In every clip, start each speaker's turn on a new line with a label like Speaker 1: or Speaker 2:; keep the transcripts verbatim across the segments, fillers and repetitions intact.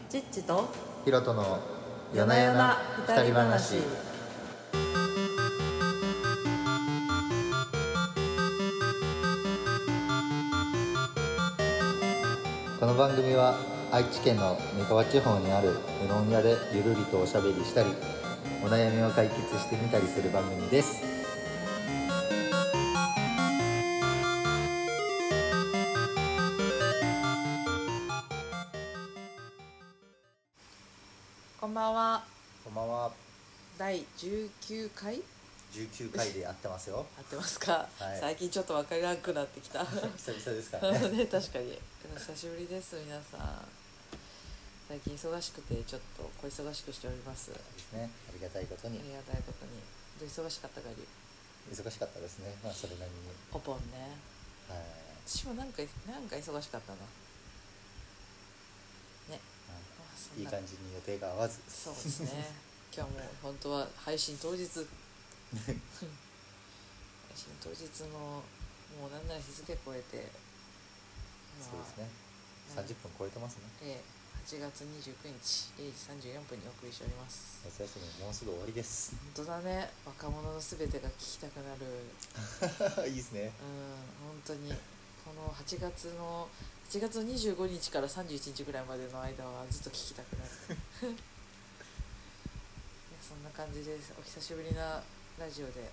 Speaker 1: チッチと
Speaker 2: ヒロトの
Speaker 1: 夜な夜な二人話。
Speaker 2: この番組は愛知県の三河地方にあるうどん屋でゆるりとおしゃべりしたり、お悩みを解決してみたりする番組です。
Speaker 1: こんばんは。
Speaker 2: こんばんは。
Speaker 1: だいじゅうきゅうかい
Speaker 2: じゅうきゅうかいでやってますよ。
Speaker 1: 合ってますか、
Speaker 2: はい、
Speaker 1: 最近ちょっと分かりなくなってきた
Speaker 2: 久々ですからね
Speaker 1: ね、確かに久しぶりです。皆さん最近忙しくてちょっと小忙しくしております。
Speaker 2: ですね、ありがたいことに。
Speaker 1: ありがたいことに。どう忙しかったかり。
Speaker 2: 忙しかったですね。まあそれなりに。
Speaker 1: お盆ね。
Speaker 2: はい。
Speaker 1: 私もなんかなんか忙しかったな。ね。
Speaker 2: いい感じに予定が合わず。
Speaker 1: そうですね。今日も本当は配信当日。配信当日のもうなんなら日付超えて。
Speaker 2: そうですね。さんじゅっぷん超えてますね。
Speaker 1: ええ、はちがつにじゅうくにちれいじさんじゅうよんぷんにお送りしております。
Speaker 2: 夏休みもうすぐ終わりです。
Speaker 1: 本当だね。若者のすべてが聞きたくなる
Speaker 2: いいですね。
Speaker 1: うん、本当にこのはちがつのはちがつにじゅうごにちからさんじゅういちにちぐらいまでの間はずっと聞きたくなるいやそんな感じです。お久しぶりなラジオで、ね、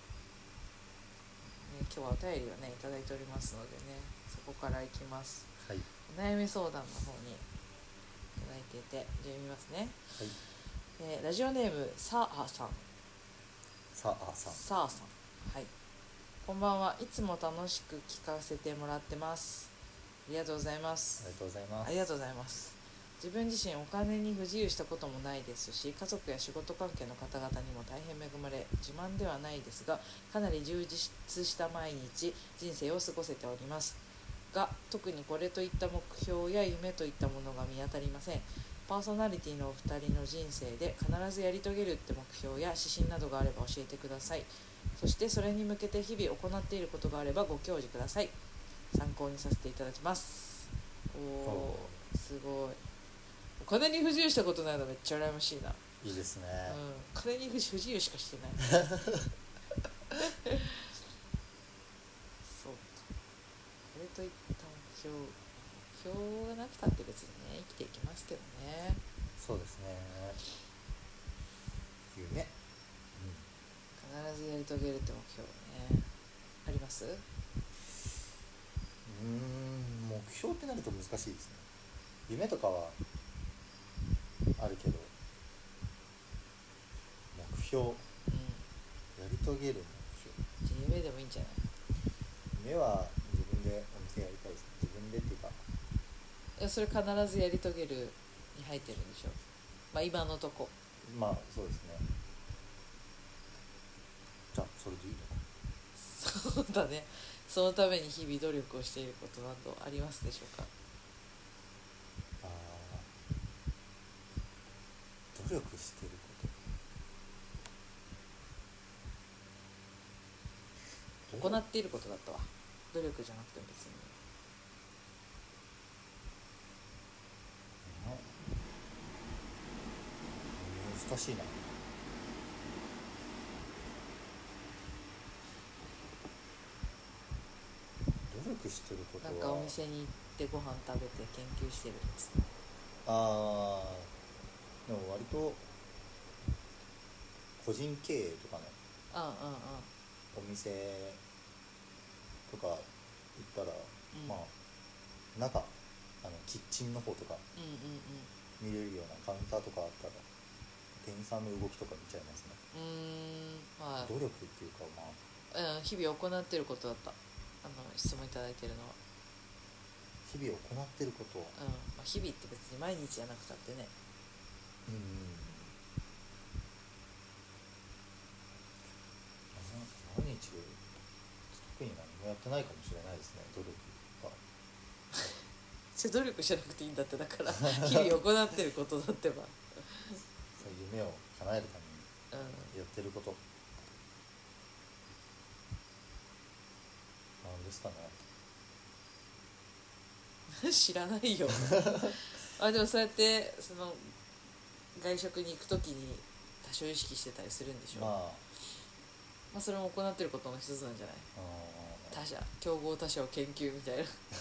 Speaker 1: 今日はお便りをねいただいておりますのでね、そこからいきます。
Speaker 2: はい、
Speaker 1: お悩み相談の方にいただいていて、じゃあ読みますね。
Speaker 2: はい。
Speaker 1: えー、ラジオネームサーアさん
Speaker 2: サーアさん
Speaker 1: サーさんはい、こんばんは。いつも楽しく聞かせてもらってます。ありがとうございます。
Speaker 2: ありがとうございます。
Speaker 1: ありがとうございます。自分自身お金に不自由したこともないですし、家族や仕事関係の方々にも大変恵まれ、自慢ではないですがかなり充実した毎日人生を過ごせておりますが、特にこれといった目標や夢といったものが見当たりません。パーソナリティのお二人の人生で必ずやり遂げるって目標や指針などがあれば教えてください。そしてそれに向けて日々行っていることがあればご教示ください。参考にさせていただきます。おお、すごい。お金に不自由したことないのめっちゃ羨ましいな。
Speaker 2: いいですね。
Speaker 1: うん、金に不自由しかしてないそうか、これといった目標目標がなくたって別にね生きていきますけどね。
Speaker 2: そうですね。夢、うん、
Speaker 1: 必ずやり遂げるって目標ねあります？
Speaker 2: うーん、目標ってなると難しいですね。夢とかはあるけど、目標、うん、やり遂げる目標、
Speaker 1: 夢でもいいんじゃない？
Speaker 2: 夢は自分でお店やりたいですね。自分でっていうか、
Speaker 1: いやそれ必ずやり遂げるに入ってるんでしょ。まあ今のとこ。
Speaker 2: まあそうですね。じゃあそれでいいのか。
Speaker 1: そうだね。そのために日々努力をしていることなどありますでしょうか？
Speaker 2: あ、努力してること
Speaker 1: 行っていることだったわ。努力じゃなくても別に。
Speaker 2: 難しいな。努力してることは
Speaker 1: なんかお店に行ってご飯食べて研究してるんです。
Speaker 2: あー、でも割と個人経営とかね、
Speaker 1: うんうんうん、
Speaker 2: お店とか行ったら、うん、まあ中あのキッチンの方とか見れるようなカウンターとかあったら店員さんの動きとか見ちゃいますね。
Speaker 1: うーん、まあ、
Speaker 2: 努力っていうか、ま
Speaker 1: あ、うん、日々行ってることだった。あの質問いただいてるのは
Speaker 2: 日々行ってることは、
Speaker 1: うん、まあ、日々って別に毎日じゃなくたってね。
Speaker 2: うん、毎日特に何もやってないかもしれないですね。努力は
Speaker 1: 努力しなくていいんだって。だから日々行ってることだってば
Speaker 2: そういう夢を叶えるためにやってること、うん、なんですかね。
Speaker 1: 知らないよあでもそうやってその外食に行くときに多少意識してたりするんでしょう、まあ、まあそれも行ってることの一つなんじゃない。他者競合他者を研究みたいな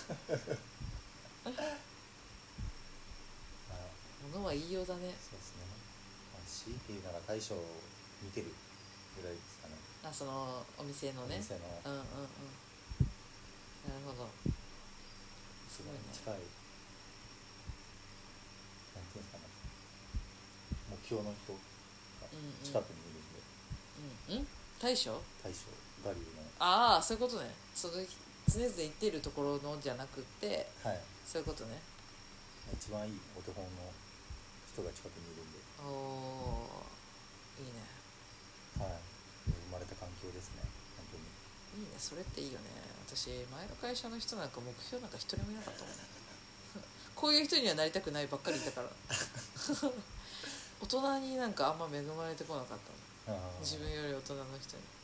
Speaker 1: ものは言いようだね。
Speaker 2: そうですね、まあ、強いて言うなら大将を見てるぐらいですかね。
Speaker 1: あそのお店のね、
Speaker 2: お店の
Speaker 1: うんうんうん、なるほど、すごいね。
Speaker 2: 近いなんていうんですかね、目標の人が近くにいるんで、
Speaker 1: うんうん、うん、大将
Speaker 2: 大将我流の、
Speaker 1: ああそういうことね。その常々言ってるところのじゃなくて、はい、そういうことね。
Speaker 2: 一番いいお手本の人が近くにいるんで、
Speaker 1: おーいいね。
Speaker 2: はい、生まれた環境ですね本当に。
Speaker 1: いいね、それっていいよね。私前の会社の人なんか目標なんか一人もいなかったもんこういう人にはなりたくないばっかりいたから大人になんかあんま恵まれてこなかったの、自分より大人の人に。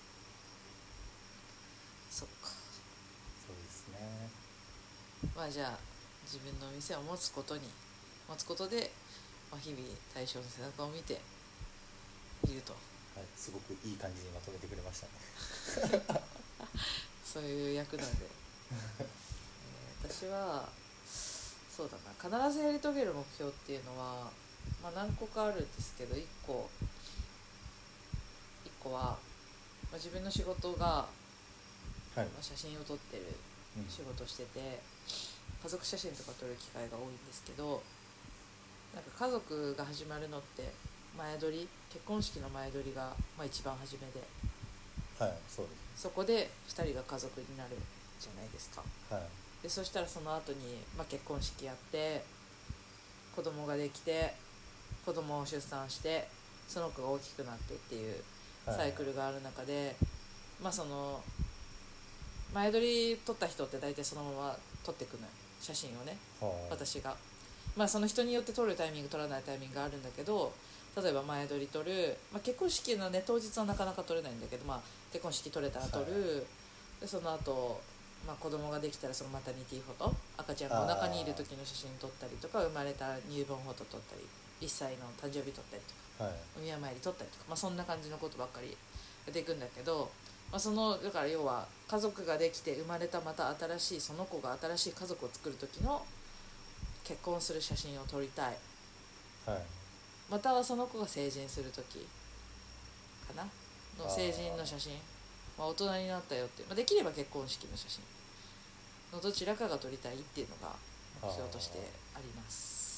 Speaker 1: そっか、
Speaker 2: そうですね。
Speaker 1: まあじゃあ自分のお店を持つことに持つことで、まあ、日々大将の背中を見ていると、
Speaker 2: はい、すごくいい感じにまとめてくれましたね
Speaker 1: そういう役なんで、えー、私はそうだな、必ずやり遂げる目標っていうのは、まあ、何個かあるんですけど、いっこいっこは、まあ、自分の仕事が、はい、写真を撮ってる仕事をしてて、うん、家族写真とか撮る機会が多いんですけど、なんか家族が始まるのって前撮り、結婚式の前撮りが、まあ、一番初めで、
Speaker 2: はい、そうです。
Speaker 1: そこでふたりが家族になるじゃないですか、はい、でそしたらその後に、まあ、結婚式やって子供ができて子供を出産してその子が大きくなってっていうサイクルがある中で、はい、まあその前撮り撮った人って大体そのまま撮ってくのよ、写真をね、はい、私がまあその人によって撮るタイミング撮らないタイミングがあるんだけど、例えば前撮り撮る、まあ、結婚式のね当日はなかなか撮れないんだけど、まあ、結婚式撮れたら撮る、はい、でその後、まあ子供ができたらそのマタニティフォト、赤ちゃんがお腹にいる時の写真撮ったりとか、生まれた入門フォト撮ったり、いっさいの誕生日撮ったりとか、はい、お宮参り撮ったりとか、まあ、そんな感じのことばっかりやっていくんだけど、まあ、そのだから要は家族ができて生まれたまた新しいその子が新しい家族を作る時の結婚する写真を撮りたい、はい、またはその子が成人する時かなの成人の写真、まあ、大人になったよっていう、まあ、できれば結婚式の写真のどちらかが撮りたいっていうのが目標としてあります。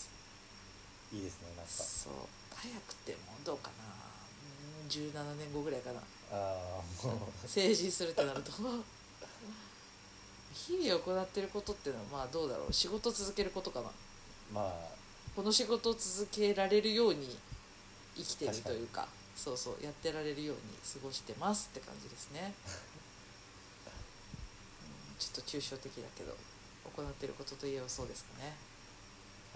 Speaker 2: いいですね。なんか
Speaker 1: そう早くてもどうかな、じゅうななねんごぐらいかな、あもう成人するってなると日々行ってることっていうのはまあどうだろう、仕事続けることかな、まあこの仕事を続けられるように生きてるというか、そうそうやってられるように過ごしてますって感じですね、うん、ちょっと抽象的だけど行ってることといえばそうですかね。
Speaker 2: あ、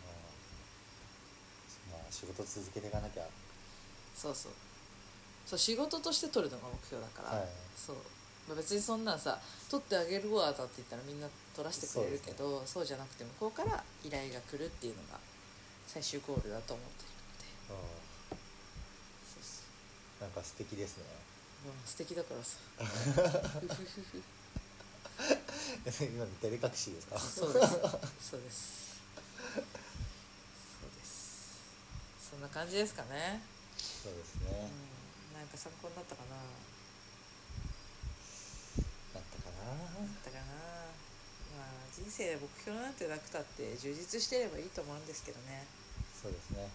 Speaker 2: まあ、仕事続けていかなきゃ。
Speaker 1: そうそうそう仕事として取るのが目標だから、はい、そう、まあ、別にそんなんさ取ってあげるわだって言ったらみんな取らせてくれるけど、そう、そうじゃなくて向こうから依頼が来るっていうのが最終ゴールだと思っているので、あ
Speaker 2: そうそう、なんか素敵ですね、
Speaker 1: うん、素敵だからさ
Speaker 2: 今照れ隠しですか。
Speaker 1: そうですそうですそうです、そんな感じですかね。
Speaker 2: そうですね、
Speaker 1: うん、なんか参考になったかな。
Speaker 2: なったかな。
Speaker 1: なったかな。まあ人生で目標なんてなくたって充実してればいいと思うんですけどね。
Speaker 2: そうですね、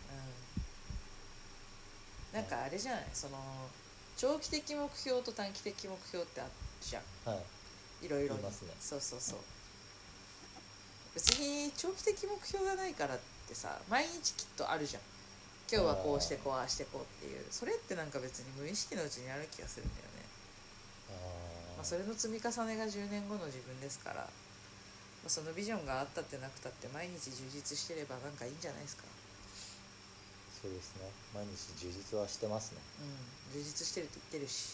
Speaker 1: うん、なんかあれじゃない、その長期的目標と短期的目標ってあるじゃん、はい、いろいろに、ね、そうそうそう、別に長期的目標がないからってさ毎日きっとあるじゃん。今日はこうしてこうああしてこうっていう、それってなんか別に無意識のうちにある気がするんだよね。あ、まあ、それの積み重ねがじゅうねんごの自分ですから、まあ、そのビジョンがあったってなくたって毎日充実してればなんかいいんじゃないですか。
Speaker 2: そうですね、毎日充実はしてますね。
Speaker 1: うん、充実してるって言ってるし、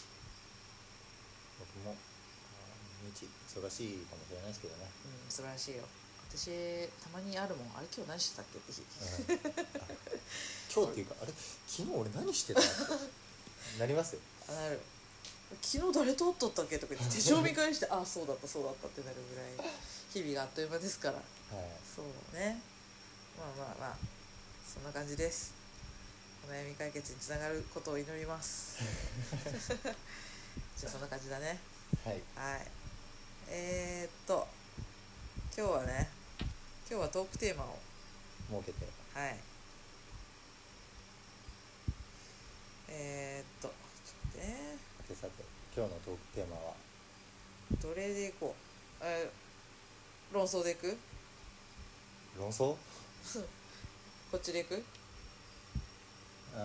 Speaker 2: 僕も毎日忙しいかもしれないですけどね。
Speaker 1: うん、素晴らしいよ。 私たまにあるもん、あれ今日何してたっけって日、
Speaker 2: うん、今日っていうかあれ昨日俺何してたってなりますよ。
Speaker 1: あなる。昨日誰とっとったっけとか言って手帳見返してあそうだったそうだったってなるぐらい日々があっという間ですから、はい、そうね、まあまあまあそんな感じです。お悩み解決につながることを祈りますじゃあそんな感じだね。
Speaker 2: はい、
Speaker 1: はい、えー、っと今日はね今日はトークテーマを
Speaker 2: 設けて、
Speaker 1: はいえー、っとちょっとね
Speaker 2: さてさて今日のトークテーマは
Speaker 1: どれでいこう。えー、論争でいく
Speaker 2: 論争
Speaker 1: こっちでいく。
Speaker 2: あ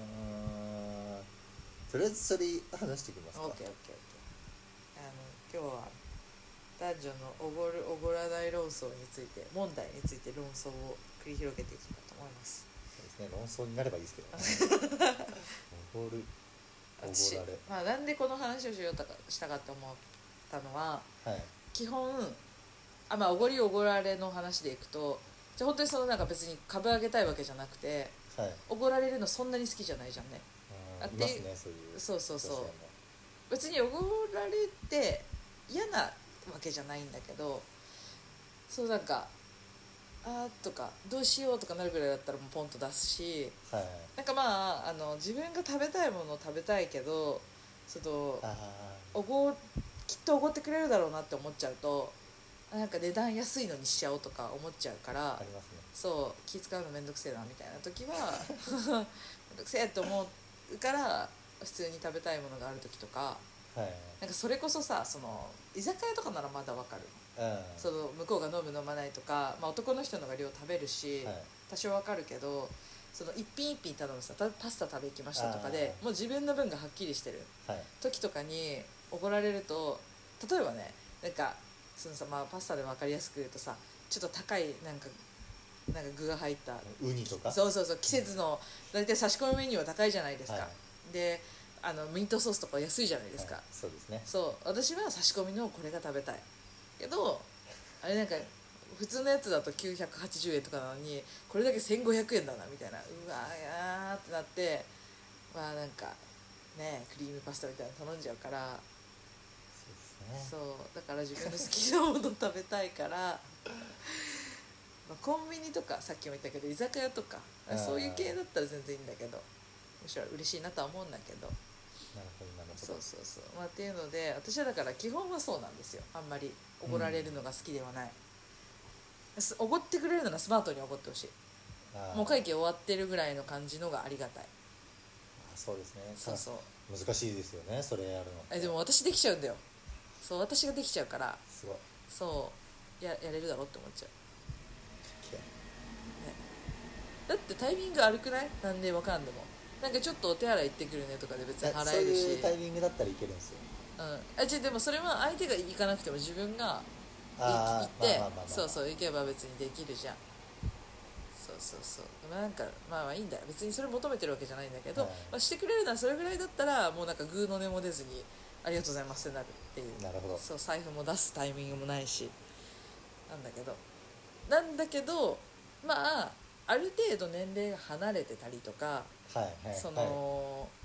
Speaker 2: とりあえずそれ話していきますか。
Speaker 1: オッケーオッケーオッケー。あの今日は男女のおごるおごらない論争について問題について論争を繰り広げていきたいと思います。
Speaker 2: そうですね、論争になればいいですけどねおごるおご
Speaker 1: 私、
Speaker 2: られ、
Speaker 1: まあ、なんでこの話をしようとかしたかって思ったのは、
Speaker 2: はい、
Speaker 1: 基本あ、まあ、おごりおごられの話でいくとじゃあ本当にそのなんか別に株上げたいわけじゃなくて、
Speaker 2: はい、
Speaker 1: おごられるのそんなに好きじゃないじゃんね。
Speaker 2: あいますねそういう。
Speaker 1: そうそうそう別におごられて嫌なわけじゃないんだけど、そうなんかあーとかどうしようとかなるぐらいだったらもうポンと出すし、
Speaker 2: はい、
Speaker 1: なんかまあ、あの自分が食べたいものを食べたいけどそのおごきっとおごってくれるだろうなって思っちゃうとなんか値段安いのにしちゃおうとか思っちゃうから
Speaker 2: ありますね。
Speaker 1: そう気使うのめんどくせえなみたいな時はめんどくせえって思うから普通に食べたいものがある時とか、
Speaker 2: はい、
Speaker 1: なんかそれこそさその居酒屋とかならまだわかる、
Speaker 2: うん、
Speaker 1: その向こうが飲む飲まないとか、まあ、男の人のが量食べるし、はい、多少わかるけどその一品一品頼むさパスタ食べ行きましたとかでもう自分の分がはっきりしてる、はい、時とかにおごられると例えばねなんかそのさ、まあ、パスタで分かりやすく言うとさちょっと高いなんかなんか具が入った
Speaker 2: ウニとか
Speaker 1: そうそうそう季節の大体差し込みメニューは高いじゃないですか、はい、であのミートソースとか安いじゃないですか、はい、
Speaker 2: そうですね。
Speaker 1: そう私は差し込みのこれが食べたいけどあれなんか普通のやつだときゅうひゃくはちじゅうえんとかなのにこれだけせんごひゃくえんだなみたいなうわーやーってなってまあなんかねクリームパスタみたいなの頼んじゃうからそうだから自分の好きなもの食べたいからまあコンビニとかさっきも言ったけど居酒屋とかそういう系だったら全然いいんだけどむしろ嬉しいなとは思うんだけど
Speaker 2: なるほどなるほど
Speaker 1: そうそうそう、まあ、っていうので私はだから基本はそうなんですよ。あんまりおごられるのが好きではない、おご、うん、ってくれるならスマートにおごってほしい。もう会計終わってるぐらいの感じのがありがたい。
Speaker 2: あそうですね。
Speaker 1: そうそう
Speaker 2: 難しいですよねそれやるの。
Speaker 1: えでも私できちゃうんだよ。そう私ができちゃうから
Speaker 2: すごい
Speaker 1: そう や, やれるだろうって思っちゃう、ね、だってタイミング悪くない？なんでわかんでもなんかちょっとお手洗い行ってくるねとかで別に払えるし、
Speaker 2: そういうタイミングだったらいけるんですよ。
Speaker 1: うん、あちでもそれは相手が行かなくても自分が行ってそうそう行けば別にできるじゃん。そうそうそうなんかまあまあいいんだよ別にそれ求めてるわけじゃないんだけど、はいまあ、してくれるのはそれぐらいだったらもうなんかグーの音も出ずにありがとうございますってなるっていう。
Speaker 2: なるほど。
Speaker 1: そう財布も出すタイミングもないしなんだけどなんだけどまあある程度年齢が離れてたりとか、
Speaker 2: はいはい、
Speaker 1: その、はい、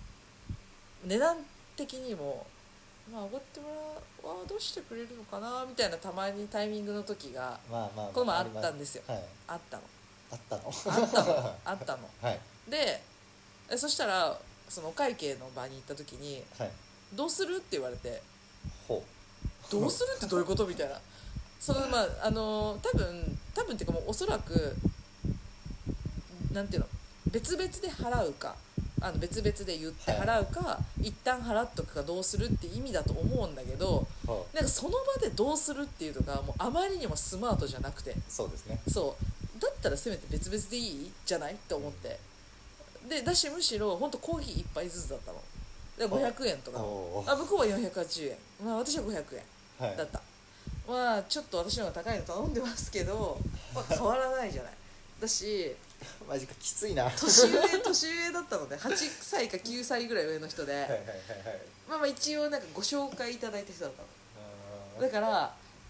Speaker 1: 値段的にもまあおごってもらうわどうしてくれるのかなみたいなたまにタイミングの時が、まあまあまあ、この前あったんですよ、
Speaker 2: はい、
Speaker 1: あったの
Speaker 2: あったの
Speaker 1: あったのあったの、
Speaker 2: はい、
Speaker 1: でそしたらそのお会計の場に行った時に、はい、どうするって言われて
Speaker 2: ほ
Speaker 1: うどうするってどういうことみたいなそのまああの多分多分っていうかもうおそらくなんていうの別々で払うかあの別々で言って払うか、はい、一旦払っとくかどうするって意味だと思うんだけど、はい、なんかその場でどうするっていうのがもうあまりにもスマートじゃなくて
Speaker 2: そうですね
Speaker 1: そうだったらせめて別々でいいじゃないって思って、うん、でだしむしろ本当コーヒー一杯ずつだったのでごひゃくえんとかあ向こうはよんひゃくはちじゅうえん、まあ、私はごひゃくえんだった、はい、まあちょっと私の方が高いの頼んでますけど、まあ、変わらないじゃないだし
Speaker 2: マジかきついな
Speaker 1: 年上年上だったのではっさいかきゅうさいぐらい上の人ではいはいはい、はい、まあまあ一応なんかご紹介いただいた人だったのだから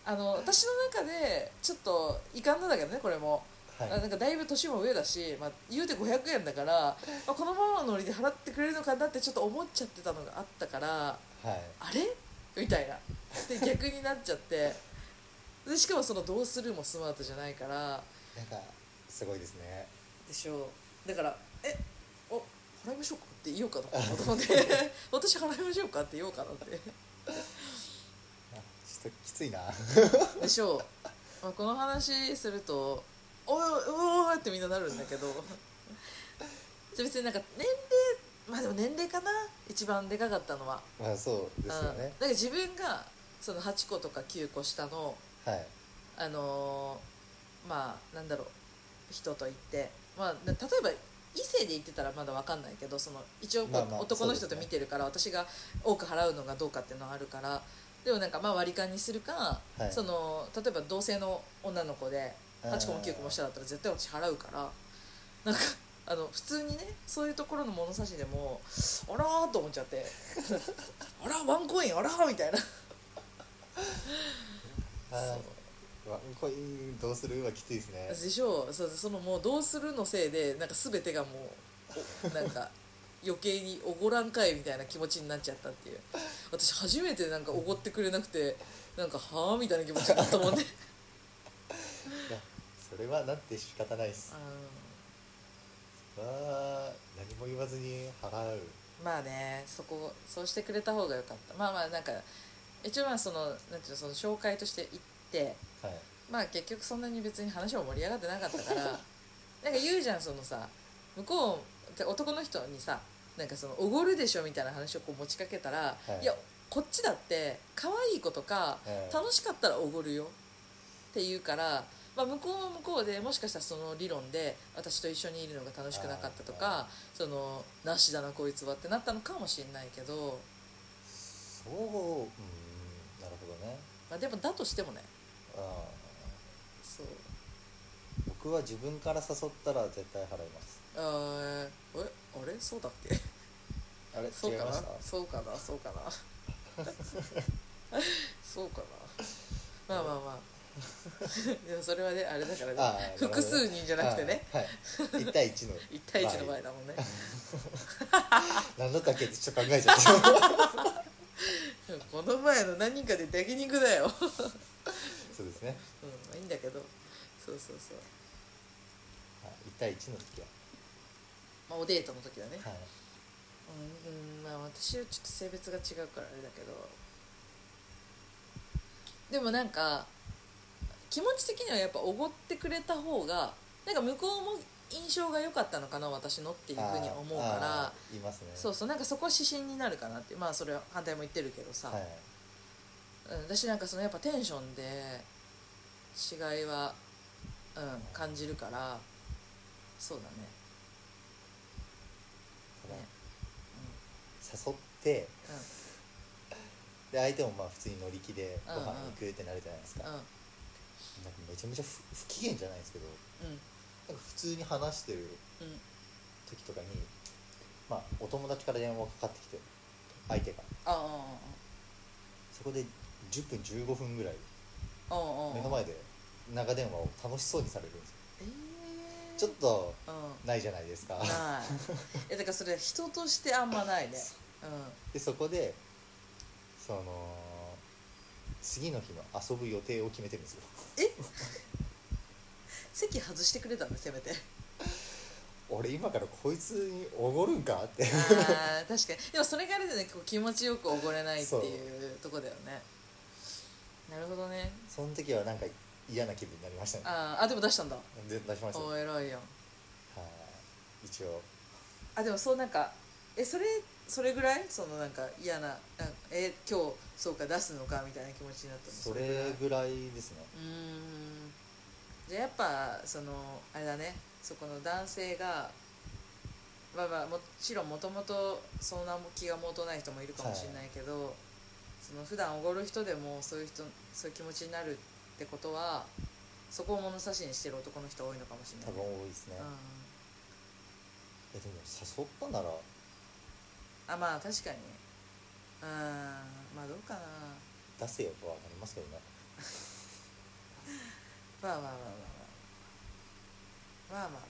Speaker 1: あの私の中でちょっと遺憾なんだけどねこれも、
Speaker 2: はい、
Speaker 1: なんかだいぶ年も上だし、まあ、言うてごひゃくえんだから、まあ、このままのノリで払ってくれるのかなってちょっと思っちゃってたのがあったから、
Speaker 2: はい、
Speaker 1: あれみたいなで逆になっちゃってでしかもそのどうするもスマートじゃないから
Speaker 2: なんかすごいですね。
Speaker 1: でしょう。だからえお払いましょうかって言おうかなと思って私払いましょうかって言おうかなって
Speaker 2: ちょっときついな
Speaker 1: でしょう、まあ、この話するとおいおいってみんななるんだけど別になんか年齢まあでも年齢かな一番でかかったのは。
Speaker 2: まあそうですよね。
Speaker 1: だから自分がそのはちことかきゅうこ下の
Speaker 2: はい、
Speaker 1: あのー、まあなんだろう人と言って、まあ、例えば異性で言ってたらまだ分かんないけどその一応こう、まあまあ、男の人と見てるから、ね、私が多く払うのがどうかっていうのはあるからでもなんかまあ割り勘にするか、はい、その例えば同性の女の子ではちこもきゅうこも下だったら絶対私払うからなんかあの普通にねそういうところの物差しでもあらーと思っちゃってあらワンコインあらーみたいな
Speaker 2: ワンコインどうするはきついですね。
Speaker 1: でしょう。そそのもうどうするのせいでなんか全てがもうなんか余計におごらんかいみたいな気持ちになっちゃったっていう。私初めてなんかおごってくれなくてなんかはあみたいな気持ちになったもんねい
Speaker 2: やそれはなんて仕方ないです。それは何も言わずに払う。
Speaker 1: まあねそこそうしてくれた方がよかった。まあまあなんか一応まあそのなんていうのその紹介として行って、はい、まあ結局そんなに別に話も盛り上がってなかったからなんか言うじゃんそのさ向こう男の人にさなんかそのおごるでしょみたいな話をこう持ちかけたら、はい、いやこっちだって可愛い子とか、はい、楽しかったらおごるよって言うから、まあ、向こうは向こうでもしかしたらその理論で私と一緒にいるのが楽しくなかったとかそのなしだなこいつはってなったのかもしれないけど
Speaker 2: そう、うん、なるほどね。
Speaker 1: まあでもだとしてもね
Speaker 2: あ
Speaker 1: そう
Speaker 2: 僕は自分から誘ったら絶対払います。
Speaker 1: あーえあれそうだっけ
Speaker 2: あれ
Speaker 1: そうかな
Speaker 2: 違いました
Speaker 1: そうかなそうかなそうかなまあまあまあでもそれはねあれだからね複数人じゃなくてね、
Speaker 2: はい、いち対いちの
Speaker 1: いち対いちの場合だもんね
Speaker 2: 何だったっけってちょっと考えちゃった
Speaker 1: この前の何人かで焼き肉だよ
Speaker 2: そうですね、
Speaker 1: うんまあ、いいんだけどそうそうそう
Speaker 2: いち対いちの時は、
Speaker 1: まあ、おデートの時はね、
Speaker 2: はい、
Speaker 1: うん、うん、まあ私はちょっと性別が違うからあれだけどでもなんか気持ち的にはやっぱおごってくれた方がなんか向こうも印象が良かったのかな私のっていうふうに思うから
Speaker 2: 言いますね。
Speaker 1: そうそうなんかそこは指針になるかなってまあそれは反対も言ってるけどさ、はい、うん、私なんかそのやっぱテンションで違いは、うん、感じるからそうだねね、
Speaker 2: うん、誘って、
Speaker 1: うん、
Speaker 2: で相手もまあ普通に乗り気でご飯行くってなるじゃないですか、うんうん、なんかめちゃめちゃ 不, 不機嫌じゃないですけど、うん、なんか普通に話してる時とかに、まあ、お友達から電話がかかってきて相手が
Speaker 1: ああ
Speaker 2: そこでじゅっぷんじゅうごふんぐらい目の前で長電話を楽しそうにされるんですよ、えー、ちょっとないじゃないですか、うん、ない
Speaker 1: えだからそれ人としてあんまないね、うん、
Speaker 2: でそこでその次の日の遊ぶ予定を決めてるんですよ
Speaker 1: え席外してくれたんだせめて
Speaker 2: 俺今からこいつにおごるんかって
Speaker 1: あ確かにでもそれがあれでねこう気持ちよくおごれないっていうとこだよねなるほどね
Speaker 2: その時はなんか嫌な気分になりましたね
Speaker 1: ああでも出したんだ
Speaker 2: で出しました
Speaker 1: お偉いやんはい
Speaker 2: 一応
Speaker 1: あでもそうなんかえそれそれぐらいそのなんか嫌なえ今日そうか出すのかみたいな気持ちになったの
Speaker 2: それぐらいですね
Speaker 1: うんじゃあやっぱそのあれだねそこの男性がまあまあもちろんもともとそんな気がもとない人もいるかもしれないけど、はい、その普段おごる人でもそういう人そういう気持ちになるってことはそこを物差しにしてる男の人多いのかもしれない、
Speaker 2: 多分多いですね、うん、えでも誘ったなら
Speaker 1: あまあ確かにうんまあどうかな
Speaker 2: 出せよとはなりますけどね
Speaker 1: まあまあまあまあまあまあまあまあ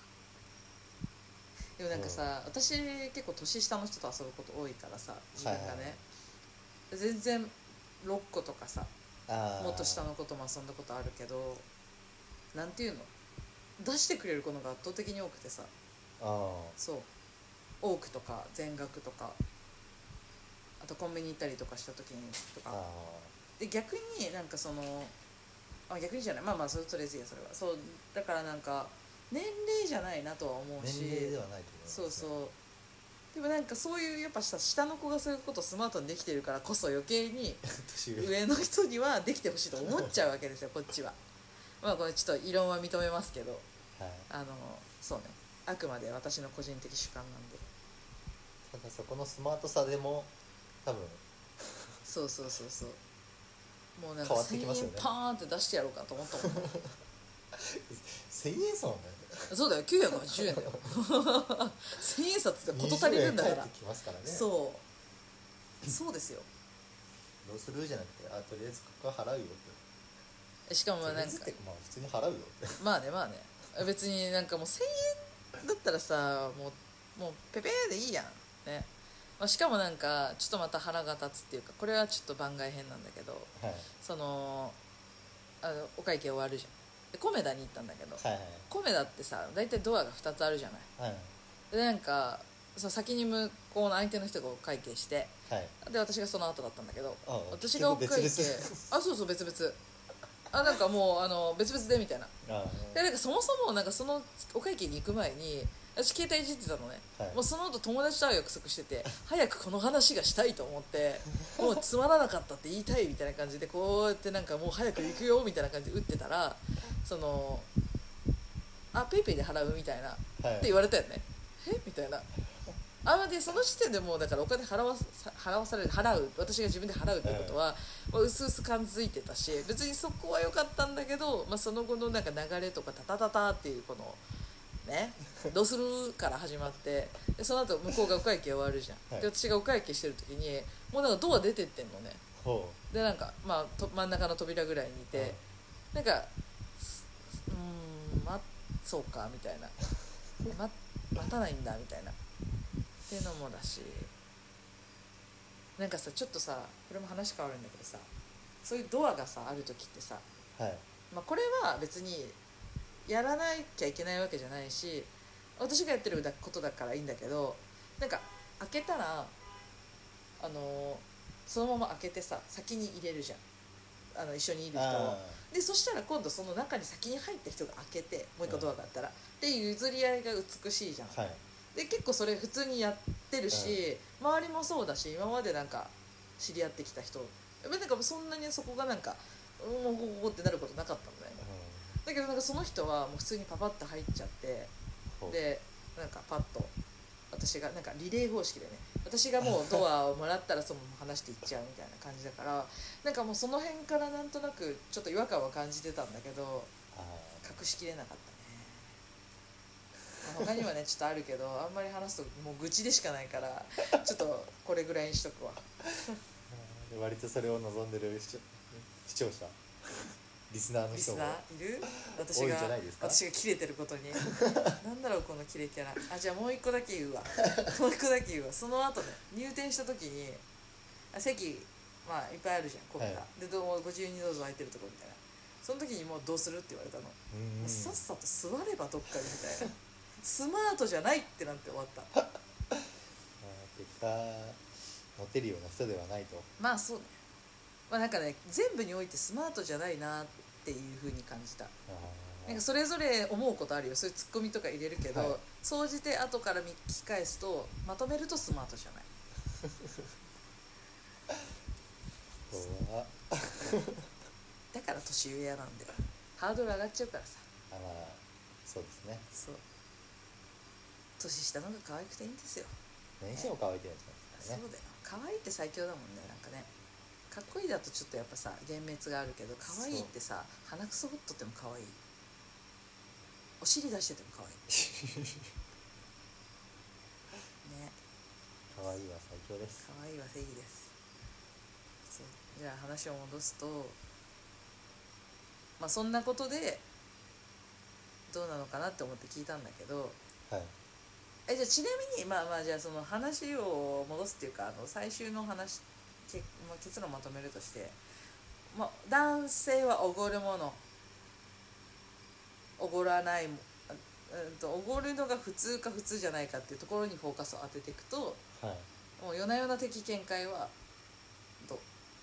Speaker 1: でもなんかさ、私結構年下の人と遊ぶこと多いからさ、自分がね、はいはい、全然ろっことかさ、もっと下の子とも遊んだことあるけど、なんていうの、出してくれる子のが圧倒的に多くてさ、あそう多くとか全額とか、あとコンビニ行ったりとかした時にとかで、逆になんかそのあ逆にじゃないまあまあそれとりあえずいいやそれはそうだからなんか年齢じゃないなとは思うし、
Speaker 2: 年齢ではないと思います、ね、
Speaker 1: そうそうでもなんかそういうやっぱさ下の子がそういうことスマートにできてるからこそ余計に上の人にはできてほしいと思っちゃうわけですよこっちは。まあこれちょっと異論は認めますけど、はい、あのそうねあくまで私の個人的主観なんで。
Speaker 2: ただそこのスマートさでも多分
Speaker 1: そうそうそうそうもうなんかせんえんパーンって出してやろうかと思ったもん
Speaker 2: せんえんさんね
Speaker 1: そうだよきゅうひゃくはちじゅうえんだよせんえん札ってこと足りるんだから、
Speaker 2: 返ってきますからね。
Speaker 1: そうそうですよ。
Speaker 2: どうするじゃなくてあとりあえずここは払うよって
Speaker 1: しかもなんかまあ
Speaker 2: 普通に払うよって
Speaker 1: まあねまあね別になんかもうせんえんだったらさもうもうペペーでいいやんね、まあ、しかもなんかちょっとまた腹が立つっていうかこれはちょっと番外編なんだけど、はい、そのあのお会計終わるじゃんでコメダに行ったんだけど、はいはい、コメダってさ大体ドアがふたつあるじゃない、はい、でなんかその先に向こうの相手の人がお会計して、はい、で私がその後だったんだけど私がお会計あそうそう別々あなんかもうあの別々でみたいなでなんかそもそもなんかそのお会計に行く前に私携帯いじってたのね、はい、もうその後友達と会う約束してて早くこの話がしたいと思ってもうつまらなかったって言いたいみたいな感じでこうやってなんかもう早く行くよみたいな感じで打ってたらそのあペイペイで払うみたいな、はい、って言われたよねえみたいなあでその時点でもうだからお金払わさ払わされる払う私が自分で払うってことはうすうす感づいてたし別にそこは良かったんだけど、まあ、その後のなんか流れとかタタタタっていうこのねどうするから始まってでその後向こうがお会計終わるじゃん、はい、で私がお会計してる時にもうなんかドア出てってんのねでなんか、まあ、と真ん中の扉ぐらいにいてなんかうーんまそうかみたいなま待たないんだみたいなっていうのもだしなんかさちょっとさこれも話変わるんだけどさそういうドアがさある時ってさ、はいまあ、これは別にやらなきゃいけないわけじゃないし私がやってることだからいいんだけどなんか開けたらあのそのまま開けてさ先に入れるじゃんあの一緒にいる人をでそしたら今度その中に先に入った人が開けてもう一個ドアがあったらっていう譲り合いが美しいじゃん、はいで結構それ普通にやってるし、うん、周りもそうだし今までなんか知り合ってきた人なんかそんなにそこがなんかもうここってなることなかったんだよ、うん、だけどなんかその人はもう普通にパパッと入っちゃってでなんかパッと私がなんかリレー方式でね私がもうドアをもらったらそのまま話していっちゃうみたいな感じだからなんかもうその辺からなんとなくちょっと違和感は感じてたんだけど隠しきれなかった他にはねちょっとあるけどあんまり話すともう愚痴でしかないからちょっとこれぐらいにしとくわ
Speaker 2: 割とそれを望んでる視聴者リスナーの人も
Speaker 1: リスナーいる私が多いんじゃないですか私がキレてることになんだろうこのキレキャラあじゃあもう一個だけ言うわもう一個だけ言うわその後ね入店した時に席まあいっぱいあるじゃんコメが、はい、でどうご自由にどうぞ空いてるとこみたいなその時にもうどうするって言われたのもうさっさと座ればどっかにみたいなスマートじゃないってなって終わった
Speaker 2: 結果モテるような人ではないと
Speaker 1: まあそうねまあなんかね全部においてスマートじゃないなっていう風に感じたなんかそれぞれ思うことあるよそういうツッコミとか入れるけど、はい、総じて後から聞き返すとまとめるとスマートじゃないだから年上やなんだよハードル上がっちゃうからさ
Speaker 2: あまあそうですね
Speaker 1: そう年下の方が可愛くていいんですよ
Speaker 2: 年下も可愛いってやつなんです
Speaker 1: からねそうだよ可愛いって最強だもんねなんかねかっこいいだとちょっとやっぱさ幻滅があるけど可愛いってさ鼻くそほっとっても可愛いお尻出してても可愛いね
Speaker 2: 可愛いは最強です
Speaker 1: 可愛いは正義ですそうじゃあ話を戻すとまあそんなことでどうなのかなって思って聞いたんだけど、
Speaker 2: はい、
Speaker 1: えじゃあちなみにまあまあじゃあその話を戻すっていうか、あの最終の話け、まあ、結論まとめるとして、まあ、男性はおごるものおごらないもうんとおごるのが普通か普通じゃないかっていうところにフォーカスを当てていくと、
Speaker 2: はい、
Speaker 1: もう夜な夜な的見解はどう？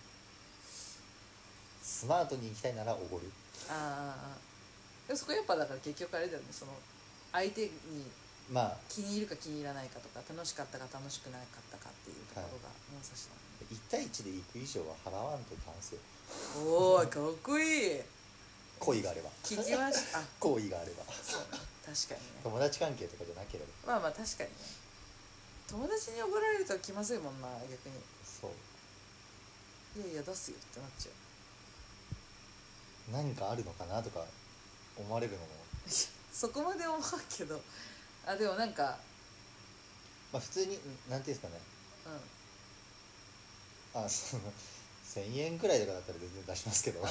Speaker 2: スマートに行きたいならおごる。
Speaker 1: ああでもそこやっぱだから結局あれだよね、その相手に
Speaker 2: まあ
Speaker 1: 気に入るか気に入らないかとか楽しかったか楽しくなかったかっていうところが物差しだね。
Speaker 2: いち対いちで行く以上は払わんといかんすよ。
Speaker 1: おーかっこいい。
Speaker 2: 恋があれば
Speaker 1: 聞きました。あ
Speaker 2: 好意があれば
Speaker 1: そう確かにね。
Speaker 2: 友達関係とかじゃなければ。
Speaker 1: まあまあ確かにね、友達におごられると気まずいもんな逆に。
Speaker 2: そう
Speaker 1: いやいや出すよってなっちゃう。
Speaker 2: 何かあるのかなとか思われるのも
Speaker 1: そこまで思うけど、あでもなんか
Speaker 2: まあ普通になんていうんですかね、
Speaker 1: うん
Speaker 2: あそのせんえんくらいとかだったら全然出しますけど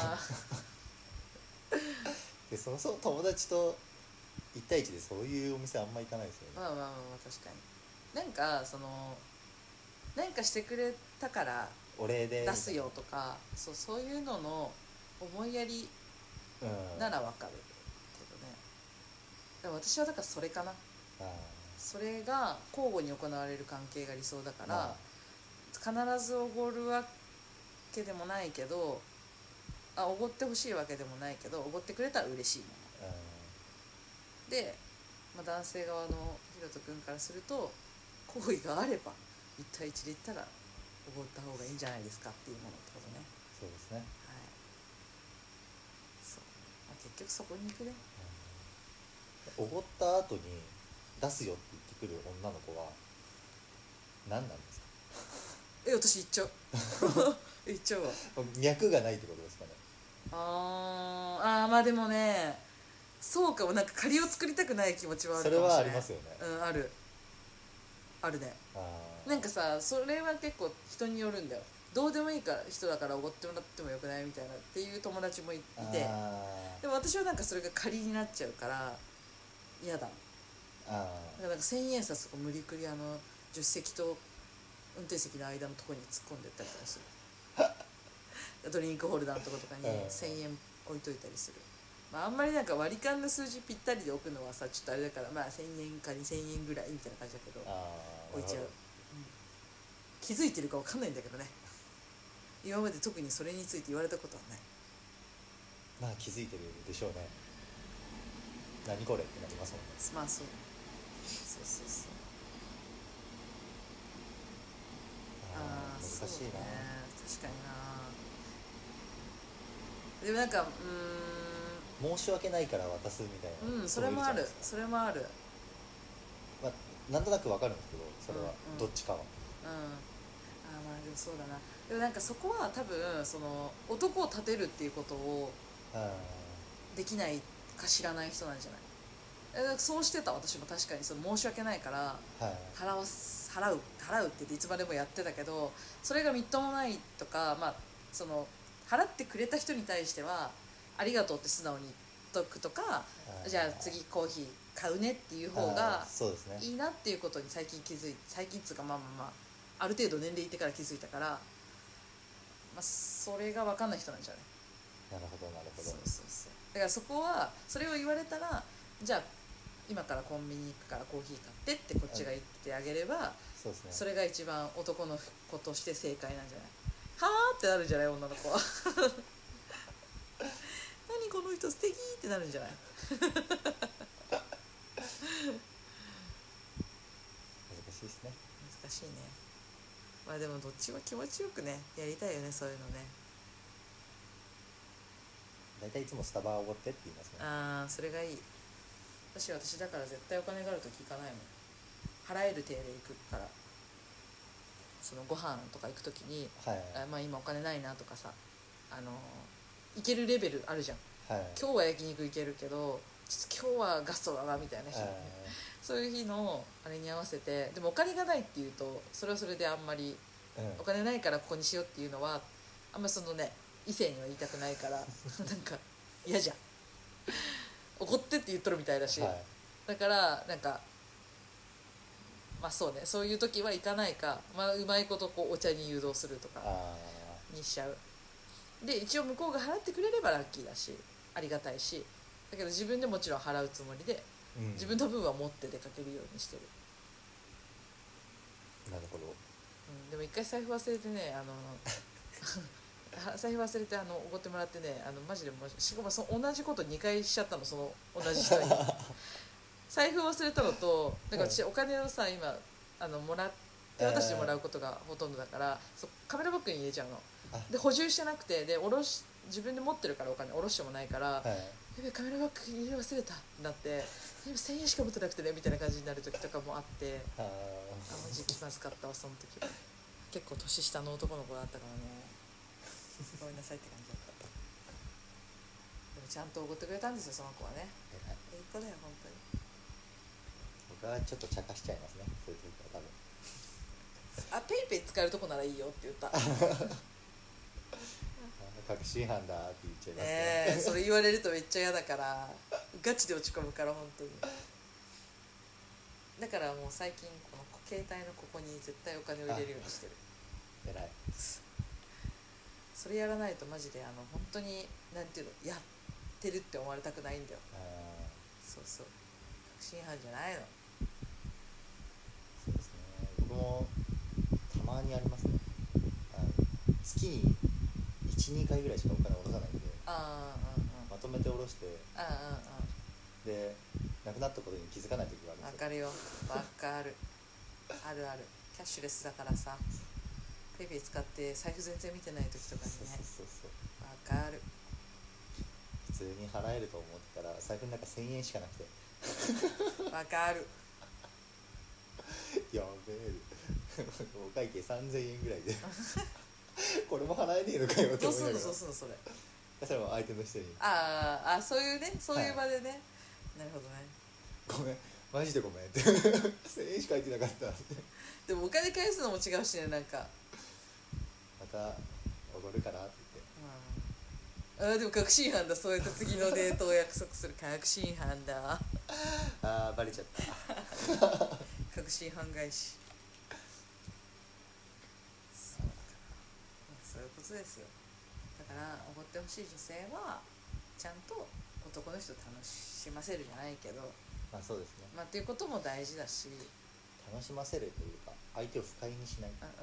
Speaker 2: でそもそも友達といち対いちでそういうお店あんま行かないですよね。
Speaker 1: まあまあまあまあ確かになんかその何かしてくれたから
Speaker 2: お礼で
Speaker 1: 出すよとか、そうそういうのの思いやり
Speaker 2: うん
Speaker 1: ならわかるけどね。でも私はだからそれかな。
Speaker 2: あ
Speaker 1: それが交互に行われる関係が理想だから、
Speaker 2: ま
Speaker 1: 必ずおごるわけでもないけど、あおごってほしいわけでもないけど、おごってくれたら嬉しいも
Speaker 2: あ、
Speaker 1: ので、まあ、男性側のひろと君からすると好意があればいち対いちで言ったらおごった方がいいんじゃないですかっていうものってことね。
Speaker 2: そうですね、
Speaker 1: はいそう、まあ、結局そこに行くね。
Speaker 2: おごった後に出すよって言ってくる女の子は何なんですか？
Speaker 1: え私行っちゃう行っちゃうわ。
Speaker 2: 脈がないってことですかね。
Speaker 1: あーあーまあでもねそうかも、なんか借りを作りたくない気持ちはあるかもしれない。
Speaker 2: それはありますよね。
Speaker 1: うんあるあるね。
Speaker 2: あ
Speaker 1: なんかさそれは結構人によるんだよ。どうでもいいから人だからおごってもらってもよくないみたいなっていう友達もいて、
Speaker 2: あ
Speaker 1: でも私はなんかそれが借りになっちゃうから嫌だ。だ
Speaker 2: あ
Speaker 1: からなんか千円札とか無理くりあの助手席と運転席の間のところに突っ込んでったりとかするドリンクホルダーのとことかにせんえん置いといたりする。まあ、あんまりなんか割り勘の数字ぴったりで置くのはさちょっとあれだから、まあせんえんかにせんえんぐらいみたいな感じだけど
Speaker 2: あ
Speaker 1: 置いちゃう、うん、気づいてるか分かんないんだけどね。今まで特にそれについて言われたことはない。
Speaker 2: まあ気づいてるでしょうね。何これってなりますもんね。
Speaker 1: まあそうそうそうそう。ああ
Speaker 2: 難しいな、
Speaker 1: ね、確かにな。でもなんかう
Speaker 2: ーん申し訳ないから渡すみたいな、
Speaker 1: うんそれもあるそれもある。
Speaker 2: まあ、なんとなくわかるんですけどそれは、
Speaker 1: うんうん、
Speaker 2: どっちかは
Speaker 1: うんあまあでもそうだな。でもなんかそこは多分その男を立てるっていうことをできないか知らない人なんじゃない。そうしてた私も確かにその申し訳ないから払わす払う払うって言っていつまでもやってたけど、それがみっともないとか、まあ、その払ってくれた人に対してはありがとうって素直に言っとくとか、じゃあ次コーヒー買うねっていう方がいいなっていうことに最近気づいて、最近っつうかまあまあまあある程度年齢いってから気づいたから、まあ、それが分かんない人なんじゃない。
Speaker 2: なるほどなるほど。
Speaker 1: そうそうそう。だからそこはそれを言われたらじゃあ今からコンビニ行くからコーヒー買ってってこっちが言ってあげれば、
Speaker 2: そうですね、
Speaker 1: それが一番男の子として正解なんじゃない。はーってなるんじゃない女の子は何この人素敵ってなるんじゃない
Speaker 2: 難しいですね。
Speaker 1: 難しいね。まあでもどっちも気持ちよくねやりたいよねそういうのね。
Speaker 2: 大体いつもスタバおごってって言いますね。
Speaker 1: ああそれがいい。私私だから絶対お金があると聞かないもん。払える体で行くから。そのご飯とか行くときに、
Speaker 2: はい、
Speaker 1: あまあ今お金ないなとかさ、あの行けるレベルあるじゃん、
Speaker 2: はい、
Speaker 1: 今日は焼肉行けるけどちょっと今日はガストだなみたいな日、はい、そういう日のあれに合わせて。でもお金がないっていうとそれはそれであんまり、うん、お金ないからここにしようっていうのはあんまりそのね異性には言いたくないからなんか嫌じゃん怒ってって言っとるみたいだし、
Speaker 2: はい、
Speaker 1: だからなんかまあそうね、そういう時は行かないか、まあ、うまいことこうお茶に誘導するとかにしちゃう。で一応向こうが払ってくれればラッキーだしありがたいし、だけど自分でもちろん払うつもりで、うん、自分の分は持って出かけるようにしてる。
Speaker 2: なるほど、
Speaker 1: うん、でも一回財布忘れてね、あの財布忘れてあのおごってもらってね、あのマジでもしかもその同じことにかいしちゃったの、その同じ人に財布忘れたのと、なんか私お金をさ今あのもらって渡してもらうことがほとんどだから、そカメラバッグに入れちゃうので、補充してなくて、でおろし自分で持ってるからお金下ろしてもないから、はい、やべカメラバッグに入れ忘れたってなって、今せんえんしか持ってなくてねみたいな感じになる時とかもあって、あマジ気まずかったわその時は。結構年下の男の子だったからねごめんなさいって感じだった。でもちゃんとおごってくれたんですよその子はね。えいっ子だよ本当に。
Speaker 2: 僕はちょっと茶化しちゃいますね、そういう時は多分。
Speaker 1: あ、ペイペイ使えるとこならいいよって言った
Speaker 2: 確信犯だって言っちゃいますね。
Speaker 1: えー、それ言われるとめっちゃ嫌だからガチで落ち込むから本当に。だからもう最近この携帯のここに絶対お金を入れるようにしてる。
Speaker 2: 偉い。
Speaker 1: それやらないとマジであの本当になんていうのやってるって思われたくないんだよ。そうそう、確信犯じゃないの。
Speaker 2: そうですね、僕もたまにありますね。あの月にいち、にかいぐらいしかお金下ろさないんで、
Speaker 1: あー、うんうん、
Speaker 2: まとめて下ろして、
Speaker 1: あー、うんうん、
Speaker 2: でなくなったことに気づかない時があるんですよ。
Speaker 1: わかるよ、わかるあるある。キャッシュレスだからさ、ペイペイ使って財布全然見てない時とかにね。
Speaker 2: そうそうそう、
Speaker 1: わかる。
Speaker 2: 普通に払えると思ってたら財布の中せんえんしかなくて
Speaker 1: わかる
Speaker 2: やべえお会計さんぜんえんぐらいでこれも払えねえのかよって
Speaker 1: どうすんの
Speaker 2: 思いながら、
Speaker 1: どうすんのそれ。
Speaker 2: それも相手の人に
Speaker 1: あーあ、そういうね、そういう場でね、はい、なるほどね。
Speaker 2: ごめんマジでごめんってせんえんしか入ってなかったって
Speaker 1: でもお金返すのも違うしね、なんか
Speaker 2: またおごるからって
Speaker 1: 言って、うん、あでも確信犯だ。そうやって次のデートを約束する確信犯だ
Speaker 2: あーバレちゃった
Speaker 1: 確信犯返し。そうだから、そういうことですよ。だからおごってほしい女性はちゃんと男の人を楽しませるじゃないけど、
Speaker 2: まあそうですね、
Speaker 1: まあっていうことも大事だし、
Speaker 2: 楽しませるというか相手を不快にしない。
Speaker 1: あ、うん、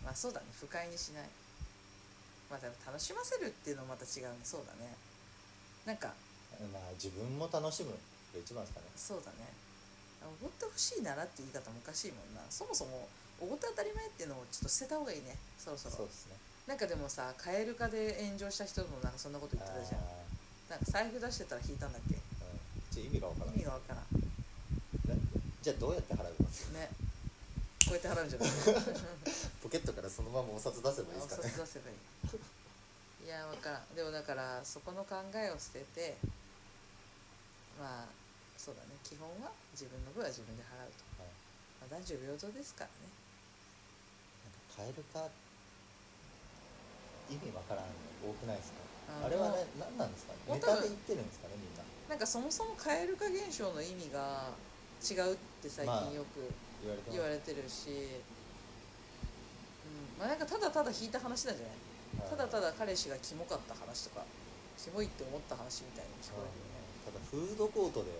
Speaker 1: まあそうだね、不快にしない。まあでも楽しませるっていうのもまた違うね。そうだね、なんか
Speaker 2: まあ自分も楽しむが一番ですかね。
Speaker 1: そうだね、おごってほしいならって言い方もおかしいもんな。そもそもおごって当たり前っていうのをちょっと捨てた方がいいね、そろそろ。
Speaker 2: そうですね。
Speaker 1: なんかでもさ、カエル化で炎上した人もなんかそんなこと言ってたじゃん。なんか財布出してたら引いたんだっけ、うん、
Speaker 2: ちょ意味がわからん。
Speaker 1: 意味がわからん。
Speaker 2: じゃあどうやって払うの
Speaker 1: ね、こうやって払うんじゃない
Speaker 2: ポケットからそのままお札出せばいいですかね。
Speaker 1: お札出せばいいいやわからん。でもだからそこの考えを捨てて、まあそうだね、基本は自分の分は自分で払うと、はい、まあ、男女平等ですからね。
Speaker 2: なんかカエル化意味わからんの多くないですか。 あ, あれは、ね、何なんですかね。ネタで言ってるんですかねみんな。
Speaker 1: なんかそもそもカエル化現象の意味が違うって最近よく言われてるし、まあ、うん、まあなんかただただ引いた話なんじゃない、はい、ただただ彼氏がキモかった話とかキモいって思った話みたいに聞こえるよね。
Speaker 2: ただフードコートで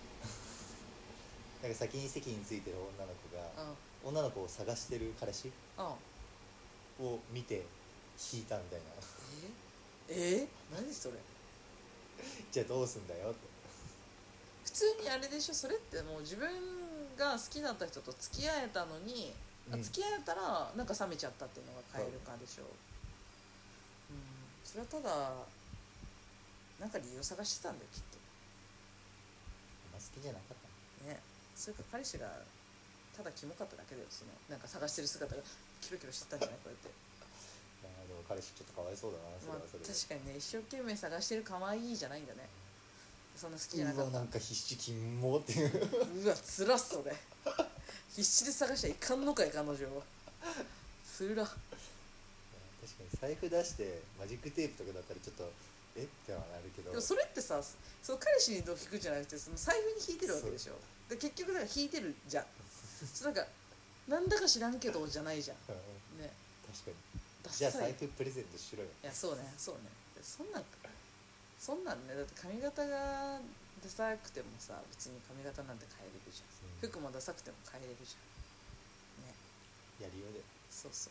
Speaker 2: なんか先に席についてる女の子が、うん、女の子を探してる彼氏、うん、を見て引いたみたいな。
Speaker 1: ええ何それ
Speaker 2: じゃあどうすんだよって。
Speaker 1: 普通にあれでしょ、それってもう自分が好きだった人と付き合えたのに、うん、付き合えたらなんか冷めちゃったっていうのがカエル化でしょ。う、うん、それはただなんか理由を探してたんだよきっと。
Speaker 2: 好きじゃなかった
Speaker 1: ね。それか彼氏がただキモかっただけだよ。そのなんか探してる姿がキロキロしてたんじゃないこうやって。
Speaker 2: でも彼氏ちょっとかわいそうだなそれはそれで、
Speaker 1: まあ、確かにね、一生懸命探してる可愛いじゃないんだね。そんな好きじゃなかった。
Speaker 2: うわなんか必死キモっていう
Speaker 1: うわつらっそれ必死で探しちゃいかんのかい彼女はつら。
Speaker 2: 確かに財布出してマジックテープとかだったらちょっとえってはなるけど、
Speaker 1: でもそれってさ、その彼氏にどう引くんじゃなくてその財布に引いてるわけでしょ。で結局だから引いてるじゃんそうなんかなんだか知らんけどじゃないじゃんね。
Speaker 2: 確かに。
Speaker 1: ダッサい。
Speaker 2: じゃあ財布プレゼントしろよ。
Speaker 1: いやそうねそうね。そんなんそんなんね、だって髪型がダサくてもさ別に髪型なんて変えれるじゃん、うん、服もダサくても変えれるじゃんね。
Speaker 2: やりようで。
Speaker 1: そうそう。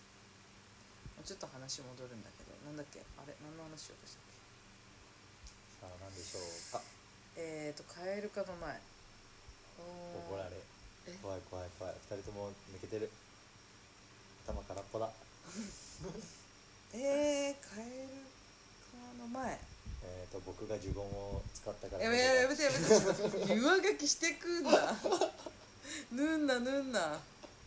Speaker 1: ちょっと話戻るんだけど、なんだっけあれ何の話しようとしたっけ。
Speaker 2: さあ何でしょうか。
Speaker 1: えーとカエル化の前
Speaker 2: 怒られ。怖い怖い怖い。二人とも抜けてる。頭空っぽだ
Speaker 1: えー、カエル化の前
Speaker 2: えーと僕が呪言を使ったから。
Speaker 1: やめやめてやめてやめて上書きしてくんなぬんなぬんな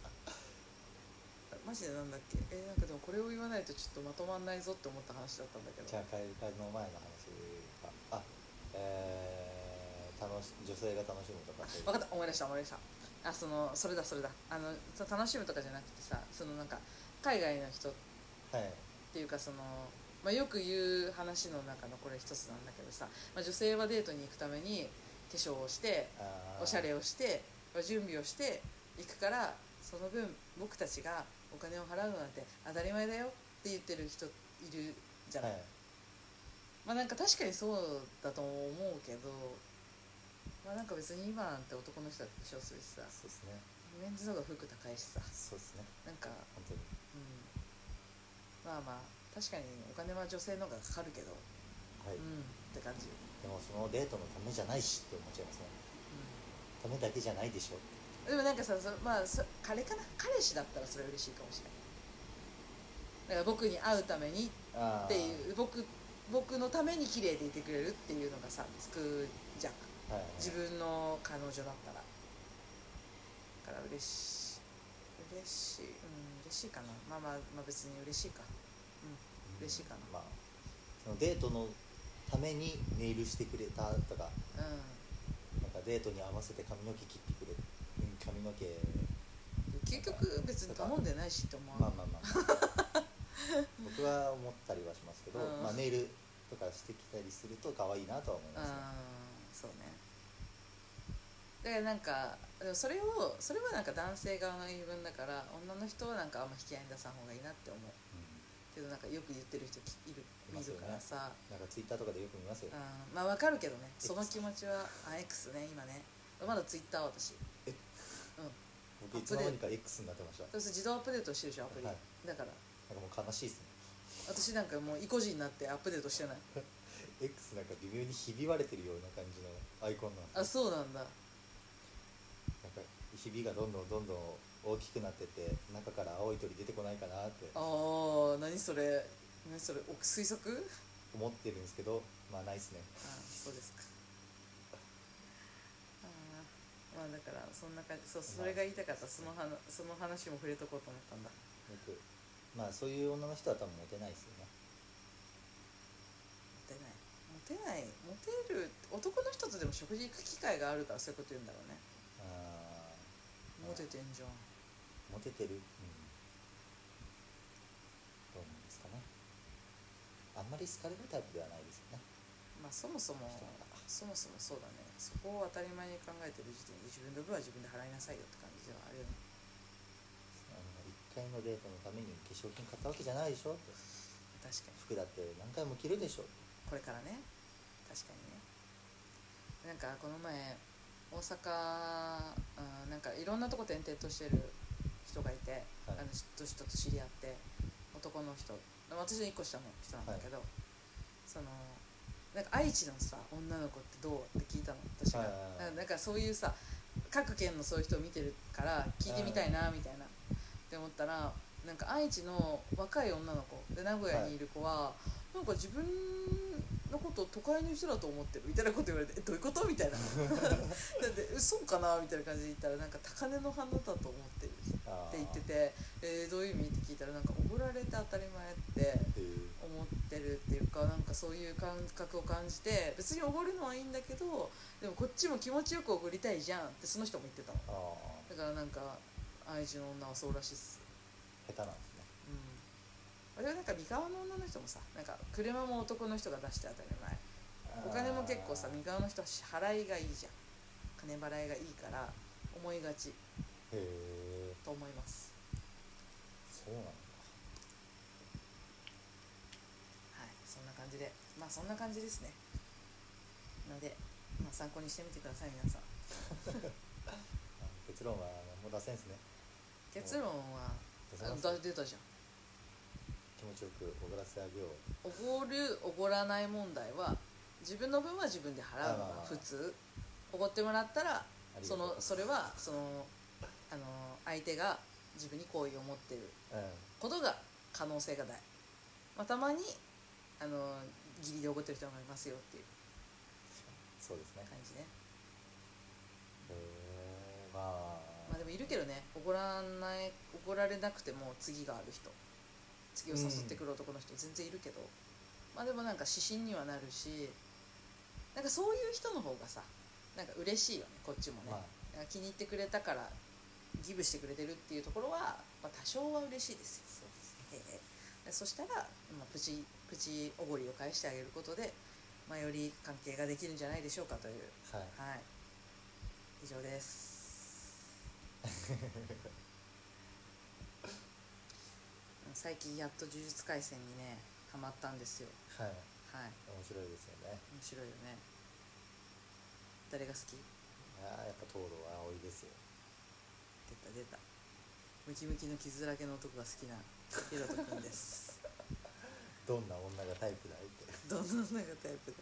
Speaker 1: マジでなんだっけ。えー、なんかでもこれを言わないとちょっとまとまんないぞって思った話だったんだけど。
Speaker 2: じゃあカエル化の前の話か。あえー、楽し女性が楽しむとか。
Speaker 1: 分かった思い出した思い出した。あそのそれだそれだあの楽しむとかじゃなくてさ、そのなんか海外の人っていうかその、まあ、よく言う話の中のこれ一つなんだけどさ、まあ、女性はデートに行くために化粧をしておしゃれをして準備をして行くから、その分僕たちがお金を払うなんて当たり前だよって言ってる人いるじゃない、はい、まあなんか確かにそうだと思うけど、まあなんか別に今なんて男の人だって化粧するしさ、
Speaker 2: そうですね、
Speaker 1: メンズの方が服高いしさ、
Speaker 2: そうですね、
Speaker 1: なんか
Speaker 2: 本当に、
Speaker 1: うん、まあまあ確かにお金は女性の方がかかるけど、はい、うんって感じ。
Speaker 2: でもそのデートのためじゃないしって思っちゃいますね、うん、ためだけじゃないでしょ。
Speaker 1: でもなんかさ、そまあそ彼かな彼氏だったらそれ嬉しいかもしれない。だから僕に会うためにっていう、僕僕のために綺麗でいてくれるっていうのがさつくじゃん、はいはい、自分の彼女だったら。だから嬉しい嬉しい、うん、嬉しいかな。まあまあまあ別に嬉しいか、うん、嬉しいかな、
Speaker 2: まあ、そのデートのためにネイルしてくれたとか、うん、なんかデートに合わせて髪の毛切ってくれ、髪の毛
Speaker 1: 究極別に頼んでないしって思う。
Speaker 2: まあまあまあ僕は思ったりはしますけど、うん、まあ、ネイルとかしてきたりすると可愛いなとは思いますね。あ、
Speaker 1: そうね。だからなんかそれをそれはなんか男性側の言い分だから、女の人はなんかあんま引き合いに出さん方がいいなって思う、うん、けどなんかよく言ってる人いる見るからさ、
Speaker 2: なんかツイッターとかでよく見ますよ。
Speaker 1: あ、まあわかるけどね、その気持ちは。あ X ね、今ね、まだツイッター私、え、
Speaker 2: うん、僕いつの間にか X になってました。
Speaker 1: 私自動アップデートしてるでしょアプリ、はい、だから
Speaker 2: なんかもう悲しいですね。私
Speaker 1: なんかもう意固地になってアップデートしてない
Speaker 2: X なんか微妙にひび割れてるような感じのアイコンなんですよ。
Speaker 1: あ、そうなんだ。
Speaker 2: なんかひびがどんどんどんどん大きくなってて、中から青い鳥出てこないかなって。
Speaker 1: ああ、何それ何それ推測
Speaker 2: 思ってるんですけど、まあないっすね。
Speaker 1: ああ、そうですか。ああ、まあだからそんな感じ、そう、それが言いたかった。その話その話も触れとこうと思ったんだ。
Speaker 2: 僕まあそういう女の人は多分モテないですよね。
Speaker 1: モテないモテないモテる男の人とでも食事行く機会があるからそういうこと言うんだろうね。ああ、モテてんじゃん。
Speaker 2: モテてる、うん、どうなんですかね。あんまり好かれるタイプではないですよね。
Speaker 1: まあそもそもそもそもそうだね。そこを当たり前に考えてる時点で自分の分は自分で払いなさいよって感じではあるよね。
Speaker 2: いっかいのデートのために化粧品買ったわけじゃないでしょって。
Speaker 1: 確かに。
Speaker 2: 服だって何回も着るでしょ。
Speaker 1: これからね。確かにね。なんかこの前大阪、うん、なんかいろんなとこ転々としてる人がいて、はい、あの人と知り合って、男の人、私のいっこ下の人なんだけど、はい、そのなんか愛知のさ女の子ってどうって聞いたの私が、はいはいはい、なんかそういうさ各県のそういう人を見てるから聞いてみたいなみたいなって思ったら、なんか愛知の若い女の子で名古屋にいる子は、はい、なんか自分のことを都会の人だと思ってるみたいなこと言われて、えどういうことみたいなだってそうかなみたいな感じで言ったら、なんか高嶺の花だと思ってるって言ってて、えー、どういう意味って聞いたら、なんかおごられて当たり前って思ってるっていうか、なんかそういう感覚を感じて、別におごるのはいいんだけどでもこっちも気持ちよくおごりたいじゃんってその人も言ってたの。だからなんか愛知の女はそうらしいっす。
Speaker 2: 下手なんですね。
Speaker 1: うん。あれはなんか三河の女の人もさ、なんか車も男の人が出して当たり前お金も結構さ三河の人は支払いがいいじゃん、金払いがいいから思いがち
Speaker 2: へえ
Speaker 1: と思います。
Speaker 2: そうなんだ。
Speaker 1: はい、そんな感じで、まあそんな感じですね。ので、まあ、参考にしてみてください皆さん。
Speaker 2: 結論はもう出せんすね。
Speaker 1: 結論は
Speaker 2: 出せます
Speaker 1: だ出たじゃん。
Speaker 2: 気持ちよくおごらせてあげよう。
Speaker 1: おごるおごらない問題は自分の分は自分で払うのが普通。おごってもらったらそのそれはそのあの相手が自分に好意を持っていることが可能性が大、まあ、たまにあの義理でおごってる人もいますよっていう
Speaker 2: そうですね
Speaker 1: 感じね。
Speaker 2: へえまあ
Speaker 1: まあでもいるけどね、おごらないおごられなくても次がある人、次を誘ってくる男の人全然いるけど、うん、まあでもなんか指針にはなるし、なんかそういう人の方がさなんか嬉しいよね、こっちもね、まあ、気に入ってくれたからギブしてくれてるっていうところは、まあ、多少は嬉しいですよ。そうですね、えー、そしたら、まあ、プチプチおごりを返してあげることで、まあ、より関係ができるんじゃないでしょうかという、はい、はい、以上です。最近やっと呪術廻戦にねハマったんですよ。はい、はい、
Speaker 2: 面白いですよね。
Speaker 1: 面白いよね。誰が好き？
Speaker 2: ああやっぱ東堂葵ですよ。
Speaker 1: 出た出た、ムキムキの傷だらけの男が好きなヒロト君です。
Speaker 2: どんな女がタイプだいって。
Speaker 1: どんな女がタイプだい。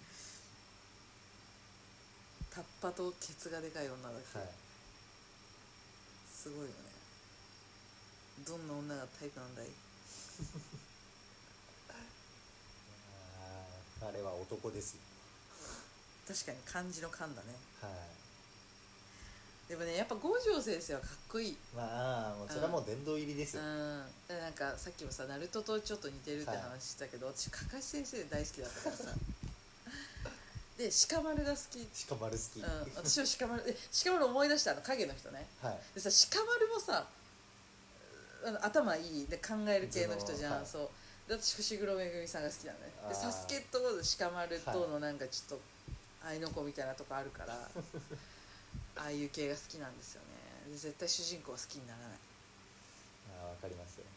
Speaker 1: タッパとケツがでかい女だっけ、はい、すごいよね。どんな女がタイプなんだい。
Speaker 2: あ, あれは男ですよ。
Speaker 1: 確かに漢字の漢だね。
Speaker 2: はい。
Speaker 1: でもねやっぱ五条先生はかっこいい。
Speaker 2: まあもうそれはもう殿堂入りですよ。
Speaker 1: うん、うん、なんかさっきもさナルトとちょっと似てるって話したけど、はい、私かかし先生大好きだったからさ。で鹿丸が好き。
Speaker 2: 鹿丸好き、
Speaker 1: うん、私は鹿丸で鹿丸思い出した、あの影の人ね、はい、でさ鹿丸もさあの頭いいで考える系の人じゃん、はい、そうで私伏黒めぐみさんが好きなのね。でサスケと鹿丸とのなんかちょっと愛の子みたいなとこあるから、はい、ああいう系が好きなんですよね。で絶対主人公は好きにならない。
Speaker 2: ああ分かりますよ、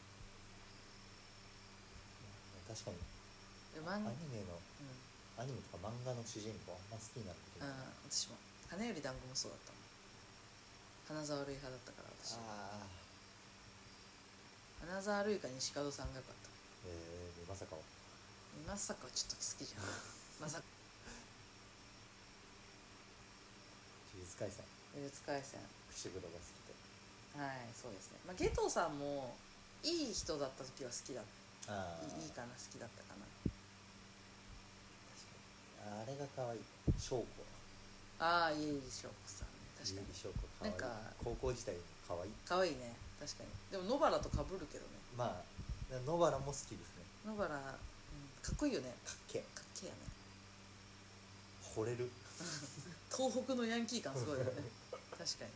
Speaker 2: うん、確かにアニメの、うん、アニメとか漫画の主人公あんま好きになることない。
Speaker 1: うん、私も花より団子もそうだったもん。花沢類派だったから私。ああ花沢類か西門さんがよかった。
Speaker 2: えー、まさかは
Speaker 1: まさかはちょっと好きじゃん。まさか
Speaker 2: 呪術廻戦
Speaker 1: 呪術廻戦
Speaker 2: 伏黒が好きで、
Speaker 1: はいそうですね、まあ、ゲトさんもいい人だった時は好きだった。あいいかな好きだったかな。
Speaker 2: 確かにあれが可愛い翔子。
Speaker 1: ああ家入翔子さん確かに
Speaker 2: 家入翔子可愛い。なんか高校時代可愛い
Speaker 1: 可愛いね確かに。でも野原と被るけどね。
Speaker 2: まあ野原も好きですね。
Speaker 1: 野原、うん、かっこいいよね。
Speaker 2: かっけえ
Speaker 1: かっけえやね。
Speaker 2: 惚れる。
Speaker 1: 東北のヤンキー感すごいよね。確かに。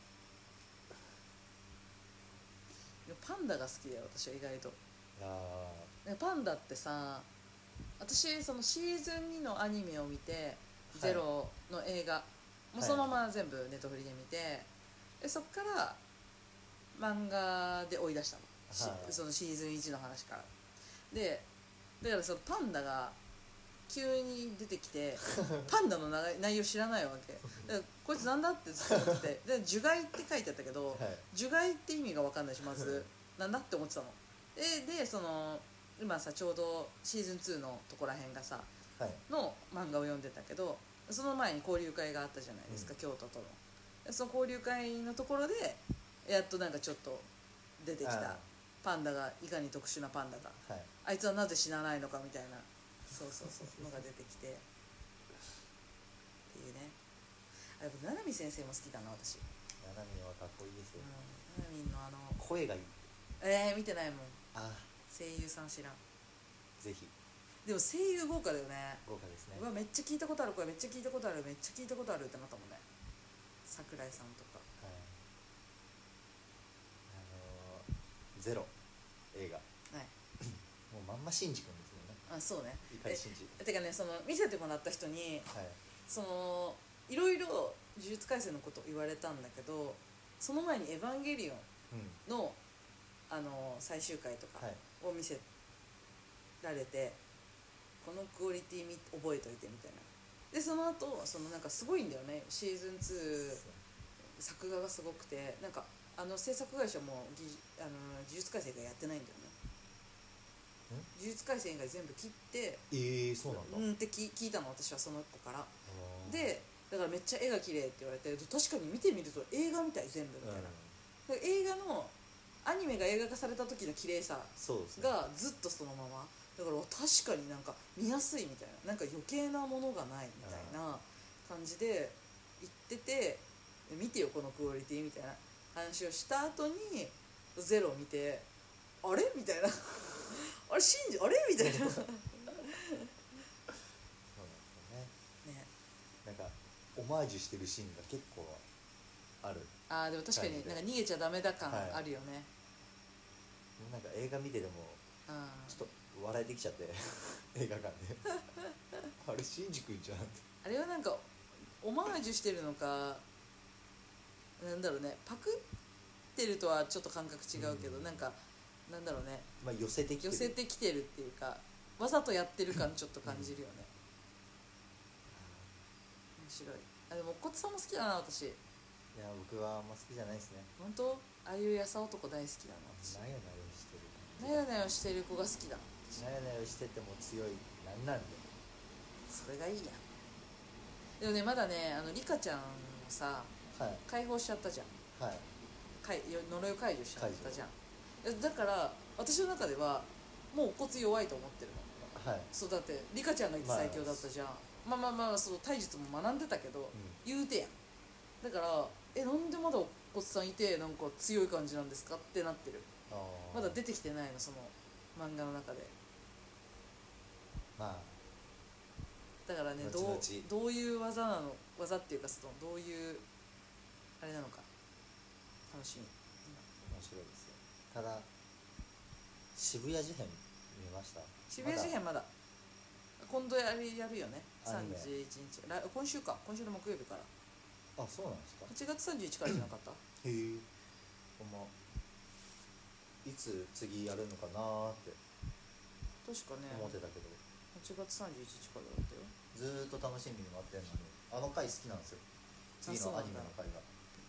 Speaker 1: パンダが好きだよ私は意外と。あパンダってさ私そのシーズンにのアニメを見て、はい、ゼロの映画もうそのまま全部ネットフリで見て、でそっから漫画で追い出したの、はい、そのシーズンいちの話から。でだからそのパンダが急に出てきてパンダの内容知らないわけだからこいつなんだってずっと思っててで樹害って書いてあったけど、はい、樹害って意味が分かんないしまずなんだって思ってたので、でその今さちょうどシーズンツーのとこら辺がさ、はい、の漫画を読んでたけど、その前に交流会があったじゃないですか、うん、京都との。その交流会のところでやっとなんかちょっと出てきたパンダが、いかに特殊なパンダが、はい、あいつはなぜ死なないのかみたいなそうそうそうのが出てきてっていうね。あやっぱ七海先生も好きだな私。
Speaker 2: 七海はかっこいいですよ、
Speaker 1: うん、七海のあの
Speaker 2: 声がいい。
Speaker 1: えー、見てないもん。
Speaker 2: あ
Speaker 1: 声優さん知らん。
Speaker 2: ぜひ。
Speaker 1: でも声優豪華だよね。
Speaker 2: 豪華ですね。
Speaker 1: うわめっちゃ聞いたことある声めっちゃ聞いたことあるめっちゃ聞いたことあるってなったもんね。桜井さんとか、はい、
Speaker 2: あのー、ゼロ映画、はい、もうまんまシンジ君ですよね。
Speaker 1: あそうね
Speaker 2: 碇シンジ。
Speaker 1: てかねその見せてもらった人に
Speaker 2: はい
Speaker 1: そのいろいろ呪術廻戦のこと言われたんだけどその前に「エヴァンゲリオンの」あの最終回とかを見せられて、はい、このクオリティ覚えといてみたいな。でその後そのなんかすごいんだよねシーズンツー作画がすごくてなんかあの制作会社もあの呪術廻戦がやってないんだよね。呪術廻戦以外全部切って
Speaker 2: えー、そうなんだ
Speaker 1: うんって聞いたの私はその子から。でだからめっちゃ絵が綺麗って言われて確かに見てみると映画みたい全部みたいな、うん、映画のアニメが映画化された時の綺麗さがずっとそのままだから確かになんか見やすいみたいななんか余計なものがないみたいな感じで言ってて見てよこのクオリティみたいな話をした後にゼロを見てあれみたいなあれ信じあれみたいなそうなんですよ
Speaker 2: ね。ねなんかオマージュしてるシーンが結構ある。
Speaker 1: あーでも確かになんか逃げちゃダメだ感あるよね、
Speaker 2: はい、なんか映画見てでもちょっと笑えてきちゃって映画館であれシンジ君じゃんって
Speaker 1: あれはなんかオマージュしてるのかなんだろうねパクってるとはちょっと感覚違うけど、うん、なんかなんだろうね、
Speaker 2: まあ、寄せてきてる
Speaker 1: 寄せてきてるっていうかわざとやってる感ちょっと感じるよね、うん、面白い。あでもおっこつさんも好きだな私。
Speaker 2: いや僕はあんま好きじゃないですね。
Speaker 1: 本当？ああいうやさ男大好きだな私。
Speaker 2: なよなよしてる
Speaker 1: なよなよしてる子が好きだ。
Speaker 2: なよなよしてても強いなんなんで
Speaker 1: それがいいや。でもねまだねあのリカちゃんをさ、はい、解放しちゃったじゃん、はい、呪いを解除しちゃったじゃん。だから私の中ではもうお骨弱いと思ってるの、はい、そうだってリカちゃんがいて最強だったじゃん、まあ、まあまあその体術も学んでたけど、うん、言うてやん。だからえなんでまだお骨さんいてなんか強い感じなんですかってなってる。まだ出てきてないのその漫画の中で。まあだからねどう、どういう技なの技っていうかそのどういうあれなのか楽しみ。
Speaker 2: 面白いですよ。ただ渋谷事変見ました？
Speaker 1: 渋谷事変まだ今度やるやるよね。さんじゅういちにち今週か今週の木曜日から。
Speaker 2: あそうなんですか。
Speaker 1: はちがつさんじゅういちからじゃなかったへ
Speaker 2: えほんまいつ次やるのかなーって
Speaker 1: 確かね
Speaker 2: 思ってたけど
Speaker 1: はちがつさんじゅういちにちからだったよ。
Speaker 2: ずーっと楽しみに待ってんのにあの回好きなんですよ。次のアニメの回が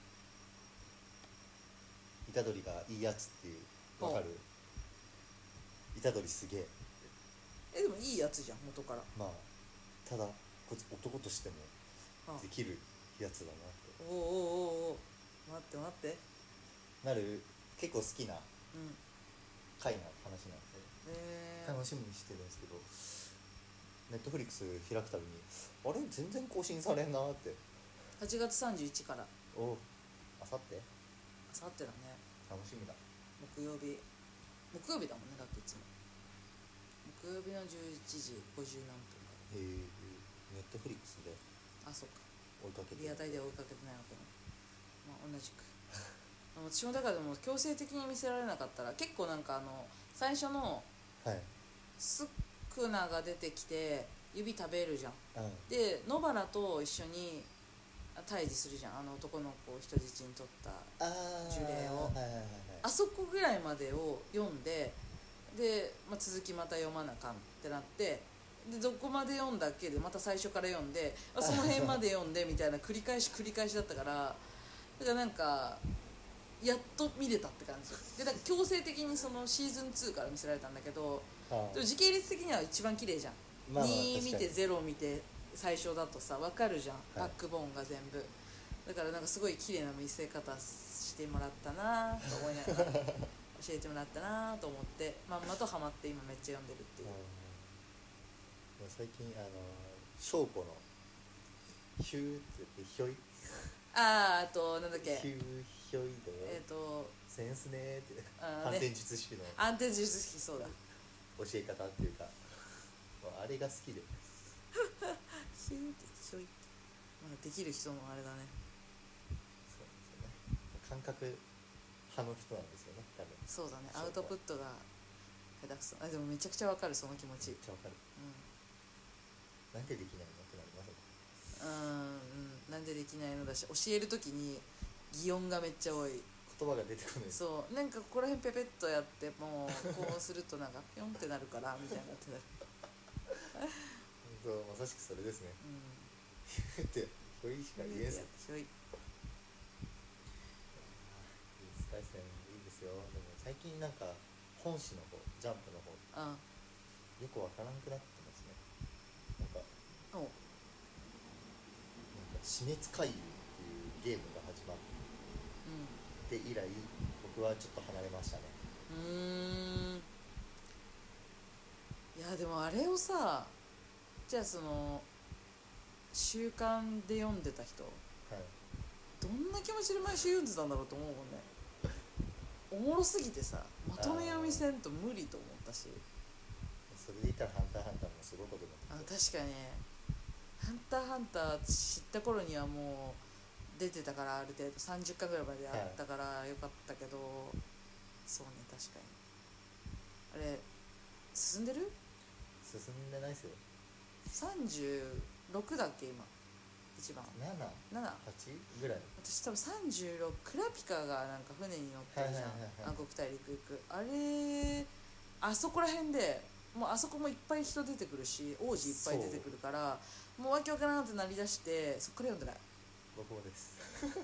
Speaker 2: 虎杖がいいやつっていうわかる。虎杖すげえ
Speaker 1: えでもいいやつじゃん元から。
Speaker 2: まあただこいつ男としてもできるやつだなって。
Speaker 1: おおおお待って待って
Speaker 2: なる結構好きな回の話なんで、うん、楽しみにしてるんですけどネットフリックス開くたびにあれ全然更新されんなって
Speaker 1: はちがつさんじゅういちから
Speaker 2: おあさって
Speaker 1: あさってだね
Speaker 2: 楽しみだ。
Speaker 1: 木曜日木曜日だもんねだっていつも木曜日のじゅういちじごじゅうなんぷんから。へえ
Speaker 2: ネットフリックスで
Speaker 1: あそっか
Speaker 2: 追いかけて
Speaker 1: リアタイで追いかけてないわけね。まあ同じく私もだからでも強制的に見せられなかったら結構なんかあの最初のスックナが出てきて指食べるじゃん、うん、で野原と一緒に退治するじゃんあの男の子を人質に取った呪霊を あ,、はいはいはい、あそこぐらいまでを読んでで、まあ、続きまた読まなあかんってなってでどこまで読んだっけでまた最初から読んでその辺まで読んでみたいな繰り返し繰り返しだったからだからなんかやっと見れたって感じでだから強制的にそのシーズンツーから見せられたんだけど、はあ、でも時系列的には一番綺麗じゃん、まあ、に見てゼロ見て最初だとさ分かるじゃん、はい、バックボーンが全部だからなんかすごい綺麗な見せ方してもらったなと思いながら教えてもらったなと思ってまんまとハマって今めっちゃ読んでるっていう、
Speaker 2: うん、最近あの翔子のヒューって言ってひょい
Speaker 1: あーあとなんだっけ
Speaker 2: ヒューひょいで
Speaker 1: えっ、ー、と
Speaker 2: センスねーって
Speaker 1: 反
Speaker 2: 転術式の
Speaker 1: 反転術式そうだ
Speaker 2: 教え方っていうかあれが好きで
Speaker 1: ヒューってひょいって、まあ、できる人のあれだね。
Speaker 2: そうですよね感覚派の人なんですよね多分。
Speaker 1: そうだねアウトプットが下手くそ。あでもめちゃくちゃわかるその気持ち。
Speaker 2: めっちゃわかる。なんでできないのってなりますね。
Speaker 1: うん、うんうん、なんでできないのだし、教えるときに擬音がめっちゃ多い。
Speaker 2: 言葉が出てこない。
Speaker 1: そうなんかここら辺ペペッとやってもうこうするとなんかピョンってなるからみたいなってなる。
Speaker 2: そうまさしくそれですね。
Speaker 1: うん。
Speaker 2: ってこれしか言えず。
Speaker 1: ひょい。
Speaker 2: スカイセンいいですよ。でも最近なんか本誌の方、ジャンプの方、
Speaker 1: あ
Speaker 2: よくわからんくなってますね。なんか
Speaker 1: お
Speaker 2: なんか死滅回遊っていうゲームが始まって以来、僕はちょっと離れましたね。
Speaker 1: うん。うーん。いやでもあれをさ、じゃあその習慣で読んでた人、
Speaker 2: はい。
Speaker 1: どんな気持ちで毎週読んでたんだろうと思うもんね。おもろすぎてさ、まとめ読みせんと無理と思ったし。
Speaker 2: それで言ったらハンターハンターもすごいことに
Speaker 1: あの
Speaker 2: なって
Speaker 1: 確かにハンターハンター知った頃にはもう出てたから、ある程度さんじゅっかんぐらいまであったからよかったけど、そうね確かにあれ進んでる？
Speaker 2: 進んでないですよ。
Speaker 1: さんじゅうろくだっけ今一番
Speaker 2: なな、
Speaker 1: なな。
Speaker 2: はちぐらい。
Speaker 1: 私多分さんじゅうろく、クラピカがなんか船に乗ってるじゃん、
Speaker 2: はいはいはいはい
Speaker 1: 暗黒大陸行くあれ、あそこら辺でもうあそこもいっぱい人出てくるし王子いっぱい出てくるから、もうわけわからんってなりだして、そっから読んでない。
Speaker 2: 僕もです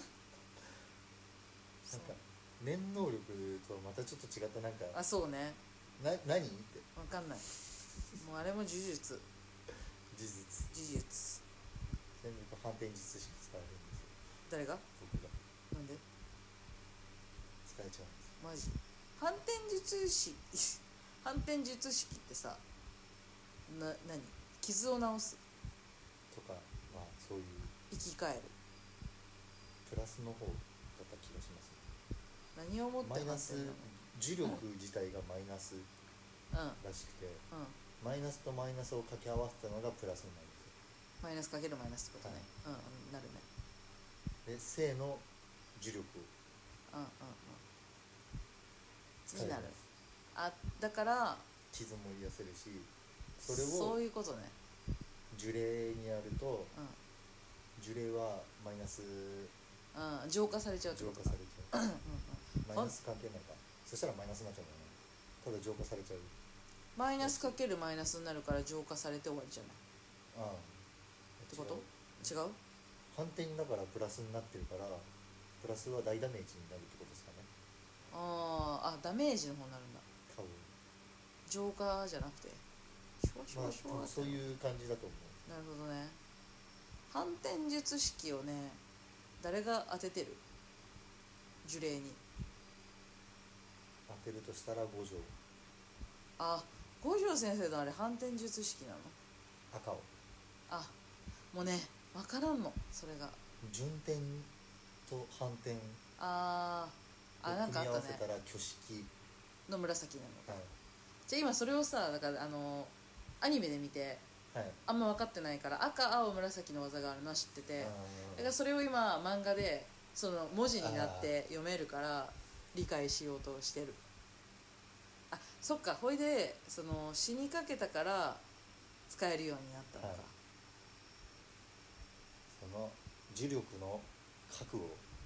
Speaker 2: なんか念能力とはまたちょっと違ったなんか
Speaker 1: あそうね、
Speaker 2: な何って
Speaker 1: わかんない。もうあれも呪術
Speaker 2: 事実
Speaker 1: 呪術。
Speaker 2: 全部反転術式使えるんですよ。
Speaker 1: 誰が？
Speaker 2: 僕が
Speaker 1: なんで？
Speaker 2: 使えちゃうんです。
Speaker 1: マジ反転術式反転術式ってさ、な何？傷を治す
Speaker 2: とかまあそういう
Speaker 1: 生き返る
Speaker 2: プラスの方だった気がします。
Speaker 1: 何をもって
Speaker 2: マイナス
Speaker 1: 反転なの？
Speaker 2: 呪力自体がマイナス
Speaker 1: うん
Speaker 2: らしくて、
Speaker 1: うん
Speaker 2: マイナスとマイナスを掛け合わせたのがプラスになるんですよ。
Speaker 1: マイナスかけるマイナスってことね、うんうんなるね。
Speaker 2: で正の呪力を
Speaker 1: うんうんうん
Speaker 2: 使えるんです。
Speaker 1: あだから
Speaker 2: 傷も癒せるし、それ
Speaker 1: そう
Speaker 2: を
Speaker 1: いうことね。
Speaker 2: 呪霊にやると
Speaker 1: う
Speaker 2: 呪霊はマイナス
Speaker 1: んうん浄化されちゃうってことか。
Speaker 2: 浄化されちゃう
Speaker 1: うんうん
Speaker 2: マイナス関係ないか、そしたらマイナスになっちゃうんだよね。ただ浄化されちゃう。
Speaker 1: マイナスかけるマイナスになるから浄化されて終わりじゃない
Speaker 2: ああ
Speaker 1: ってこと？違う？
Speaker 2: 反転だからプラスになってるから、プラスは大ダメージになるってことですかね。
Speaker 1: あーあダメージの方になるんだ。
Speaker 2: 多分
Speaker 1: 浄化じゃなくてシュワシュ
Speaker 2: まあ
Speaker 1: ワシュワって、
Speaker 2: そういう感じだと思う。
Speaker 1: なるほどね。反転術式をね誰が当ててる？呪霊に
Speaker 2: 当てるとしたら五条
Speaker 1: あ五条先生のあれ反転術式なの？
Speaker 2: 赤を
Speaker 1: あもうね分からんのそれが。
Speaker 2: 順転と反転を
Speaker 1: あーあなん
Speaker 2: 組み合
Speaker 1: かあったね
Speaker 2: わせたら挙式、
Speaker 1: の紫なのか。
Speaker 2: はい
Speaker 1: じゃあ今それをさだからあのアニメで見て
Speaker 2: はい、
Speaker 1: あんま分かってないから赤青紫の技があるのは知ってて、だ
Speaker 2: あ
Speaker 1: からそれを今漫画でその文字になって読めるから理解しようとしてる。あそっかほいでその死にかけたから使えるようになったのか、
Speaker 2: はいその呪力の核を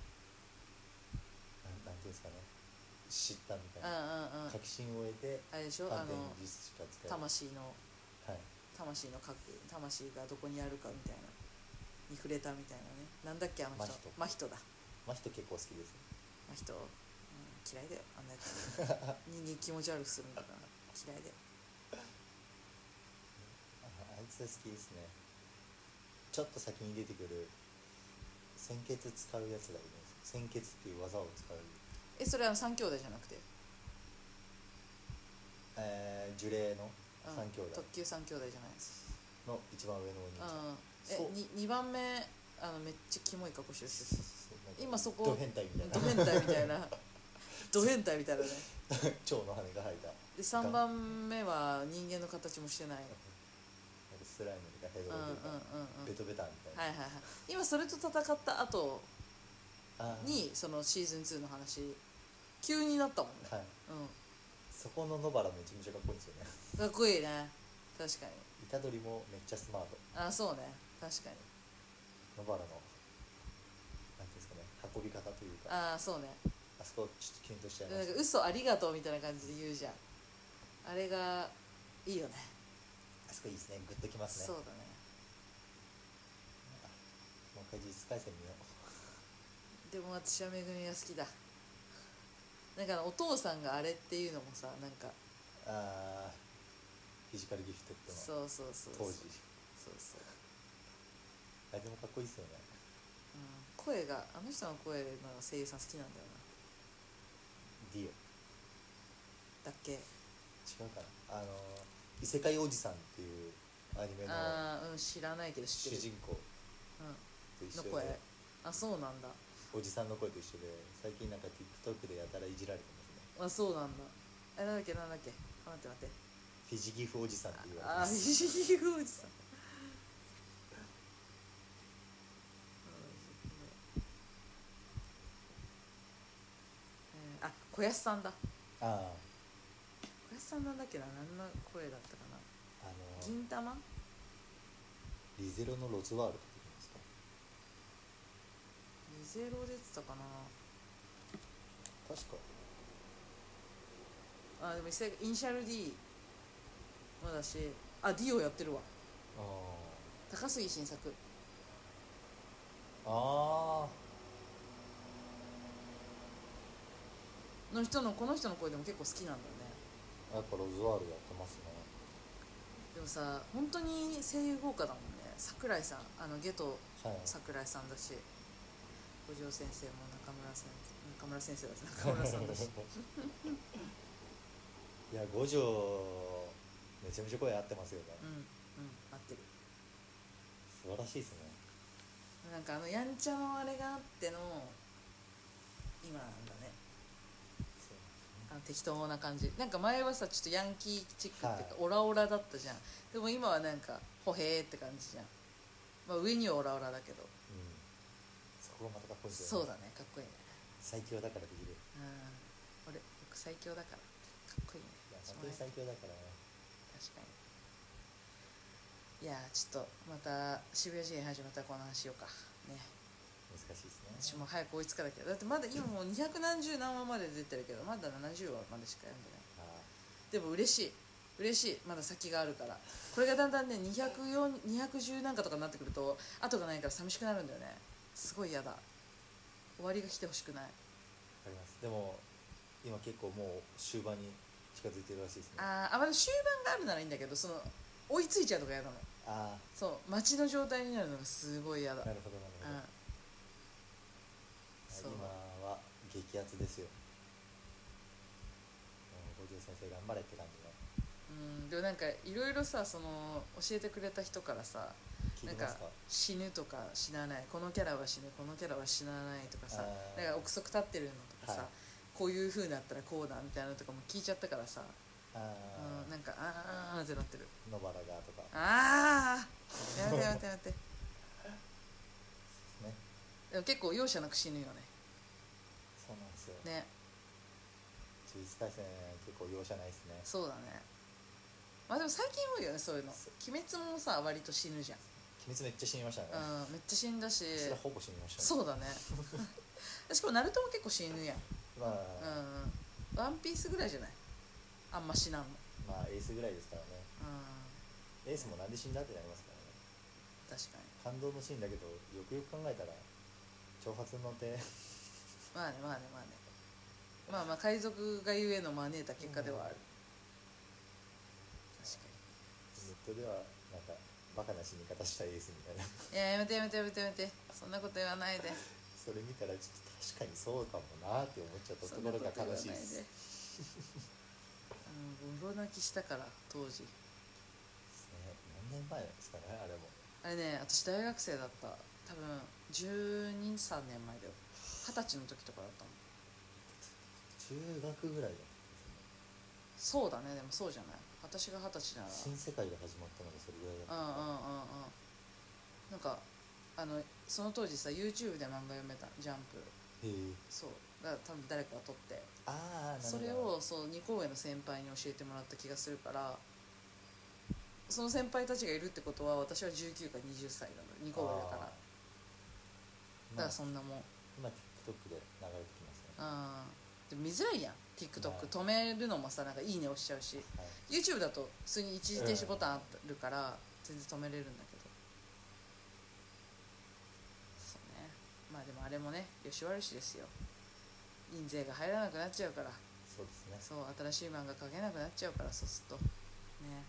Speaker 2: なんなんていうんですかね、知ったみたいな
Speaker 1: うんうんうん
Speaker 2: 確信を得て
Speaker 1: あれでしょ、あ
Speaker 2: 反転
Speaker 1: の
Speaker 2: 術しか使えない。
Speaker 1: 魂の
Speaker 2: はい
Speaker 1: 魂の核魂がどこにあるかみたいなに触れたみたいなね。なんだっけあの人
Speaker 2: 真人
Speaker 1: 真人だ
Speaker 2: まあ人結構好きです。
Speaker 1: 真人、うん、嫌いだよあんなやつ人間気持ち悪くするんだから嫌いだよ。
Speaker 2: ああいつ好きですね。ちょっと先に出てくる鮮血使うやつがいるんです。鮮血っていう技を使う、
Speaker 1: えそれは三兄弟じゃなくて、
Speaker 2: えー、呪霊の
Speaker 1: うん、
Speaker 2: 三兄弟
Speaker 1: 特急三兄弟じゃないです。
Speaker 2: の一番上のお兄ちゃん、
Speaker 1: うん
Speaker 2: そう
Speaker 1: えににばんめあのめっちゃキモい格好してる人今そこ
Speaker 2: ド変態みたいな
Speaker 1: ド変態みたいなド変態みたいなね。
Speaker 2: 蝶の羽が生えた
Speaker 1: でさんばんめは人間の形もしてない。
Speaker 2: スライムがヘド
Speaker 1: うんうんうん
Speaker 2: ロというか
Speaker 1: うん
Speaker 2: ベトベタみたいな、
Speaker 1: はいはいはい。今それと戦った後
Speaker 2: あー
Speaker 1: にそのシーズンツーの話急になったもんね。
Speaker 2: はい、
Speaker 1: うん
Speaker 2: そこの野原めちゃめちゃかっこいいんですよね。
Speaker 1: かっこいいね。確かに。
Speaker 2: 虎杖もめっちゃスマート。
Speaker 1: あ、そうね、確かに。
Speaker 2: 野原のなんていうんですかね、運び方というか、
Speaker 1: ああ、そうね。
Speaker 2: あそこちょっとキュンとしちゃいま
Speaker 1: なんか
Speaker 2: した。
Speaker 1: 嘘ありがとうみたいな感じで言うじゃん。あれがいいよね。
Speaker 2: あそこいいですね、グッときますね。
Speaker 1: そうだね。
Speaker 2: もう一回呪術廻戦見よう。
Speaker 1: でも私はめぐみが好きだ。なんかあのお父さんがあれっていうのもさ、なんか
Speaker 2: あーフィジカルギフテッドの
Speaker 1: そうそうそうそう
Speaker 2: 当時
Speaker 1: そうそう、
Speaker 2: あれでもかっこいいっすよね。
Speaker 1: うん、声があの人の声の声優さん好きなんだよ
Speaker 2: ディオ
Speaker 1: な。だっけ。
Speaker 2: 違うかな、あの異世界おじさんっていうアニメの
Speaker 1: ああ、うん、知らないけど知ってる。
Speaker 2: 主人公
Speaker 1: う
Speaker 2: と一緒
Speaker 1: ん、の声。
Speaker 2: で、
Speaker 1: あ、そうなんだ。
Speaker 2: おじさんの声と一緒で、最近なんか TikTok でやたらいじられてますね。
Speaker 1: あ、そうなんだ。え、なんだっけなんだっけ。あ、待って待って。
Speaker 2: フィジギフおじさんって言われて
Speaker 1: ああ、
Speaker 2: ます
Speaker 1: フィジギフおじさん。えーあ、小安さんだ。
Speaker 2: あ
Speaker 1: 小安さんなんだっけな、何の声だったかな。
Speaker 2: ああの
Speaker 1: 銀玉。
Speaker 2: リゼロのロズワールドって言うんですか。
Speaker 1: リゼロ出てたかな。
Speaker 2: 確か
Speaker 1: あ、でもイニシャル D もだし、あ、D をやってるわ。
Speaker 2: あ
Speaker 1: 高杉晋作
Speaker 2: あ
Speaker 1: の人のこの人の声でも結構好きなんだよね。
Speaker 2: あやっぱロズワールドやってますね。
Speaker 1: でもさ、本当に声優豪華だもんね。桜井さん、あのゲト
Speaker 2: はい
Speaker 1: 桜井さんだし、五条先生も中村先生中村先生だし中村さんだし
Speaker 2: いや五条めちゃめちゃ声合ってますよね。
Speaker 1: うんうん、合ってる。
Speaker 2: 素晴らしいですね。
Speaker 1: なんかあのやんちゃのあれがあっての今なんだね。あの適当な感じ。なんか前はさちょっとヤンキーチックっていうか、
Speaker 2: はい
Speaker 1: オラオラだったじゃん。でも今はなんかほへーって感じじゃん。まあ上にはオラオラだけど、
Speaker 2: うん、そこがまたかっこいいですよね。
Speaker 1: そうだね、かっこいいね。
Speaker 2: 最強だからできる。
Speaker 1: うん、俺僕最強だからってかっこいいね。
Speaker 2: いや本当に最強だからね。
Speaker 1: 確かに。いやーちょっとまた渋谷事変始まったらこの話しようかね。
Speaker 2: 難しいですね。
Speaker 1: 私も早く追いつかなきゃ。だってまだ今もうにひゃく何十何話まで出てるけど、まだななじゅうわまでしか読んでない。
Speaker 2: あ
Speaker 1: でも嬉しい嬉しい、まだ先があるから。これがだんだんねにひゃくよん、にひゃくじゅうなんかとかになってくると後がないから寂しくなるんだよね。すごい嫌だ。終わりが来てほしくない。
Speaker 2: わかります。でも今結構もう終盤に近づいてるらしいですね。
Speaker 1: あーあ、まだ終盤があるならいいんだけど、その追いついちゃうのが嫌なの。
Speaker 2: あ
Speaker 1: そう待ちの状態になるのがすごい嫌だ。
Speaker 2: あなるほどなるほど。
Speaker 1: うん、そう
Speaker 2: 今は激アツですよ。もう五条先生頑張れって感じの。
Speaker 1: うん、でもなんかいろいろさ、その教えてくれた人からさ、なんか
Speaker 2: 聞いてますか。
Speaker 1: 死ぬとか死なない、このキャラは死ぬこのキャラは死なないとかさ、
Speaker 2: あー
Speaker 1: なんか憶測立ってるのとかさ、
Speaker 2: はい
Speaker 1: こういう風になったらこうだみたいなのとかも聞いちゃったからさ、
Speaker 2: あ
Speaker 1: うん、
Speaker 2: あ
Speaker 1: なんかあーってなってる。
Speaker 2: 野原がとか
Speaker 1: あーやめてやめてやめて
Speaker 2: ね。
Speaker 1: でも結構容赦なく死ぬよね。
Speaker 2: そうなんですよ。
Speaker 1: ね、
Speaker 2: 呪術廻戦結構容赦ないですね。
Speaker 1: そうだね。まあでも最近多いよねそういうの。鬼滅もさ割と死ぬじゃん。
Speaker 2: 鬼滅めっちゃ死にましたね。
Speaker 1: うん、めっちゃ死んだし。
Speaker 2: それはほぼ死にましたね。
Speaker 1: そうだねしかもナルトも結構死ぬやん。
Speaker 2: まあ、
Speaker 1: うんうん、ワンピースぐらいじゃないあんま死なんの。
Speaker 2: まあエースぐらいですからね。
Speaker 1: うん、
Speaker 2: エースもなんで死んだってなりますからね。
Speaker 1: 確かに。
Speaker 2: 感動のシーンだけどよくよく考えたら挑発の手
Speaker 1: まあねまあねまあねまあまあ海賊がゆえの招いた結果ではある、うん、確か
Speaker 2: ネットではなんかバカな死に方したエースみたいな
Speaker 1: に。いややめてやめてやめてやめて、そんなこと言わないで。
Speaker 2: それ見たらちょっと確かにそうかもなって思っちゃったところが悲しいですね。
Speaker 1: うん、ボロ泣きしたから当時。
Speaker 2: 何年前ですかねあれも。
Speaker 1: あれね、私大学生だった。多分じゅうに、さんねんまえだよ。二十歳の時とかだったの。
Speaker 2: 中学ぐらいだ。
Speaker 1: そうだね、でもそうじゃない。私が二十歳なら
Speaker 2: 新世界が始まったのがそれぐらいだった。
Speaker 1: うんうんうんうん。なんかあのその当時さ YouTube で漫画読めた、ジャンプ
Speaker 2: へえ。
Speaker 1: そうだから多分誰かが撮って
Speaker 2: ああ、なるほど。
Speaker 1: それをそうにこ上の先輩に教えてもらった気がするから、その先輩たちがいるってことは私はじゅうきゅうかはたちなの、にこ上だから、だからそんなもん。
Speaker 2: 今 TikTok で流れてきますね。
Speaker 1: あでも見づらいやん TikTok、はい、止めるのもさ、なんかいいね押しちゃうし、はい、YouTube だと普通に一時停止ボタンあるから全然止めれるんだけど、そうね。まあでもあれもね吉原市ですよ、印税が入らなくなっちゃうから。
Speaker 2: そうですね。
Speaker 1: そう新しい漫画描けなくなっちゃうから、そうするとね。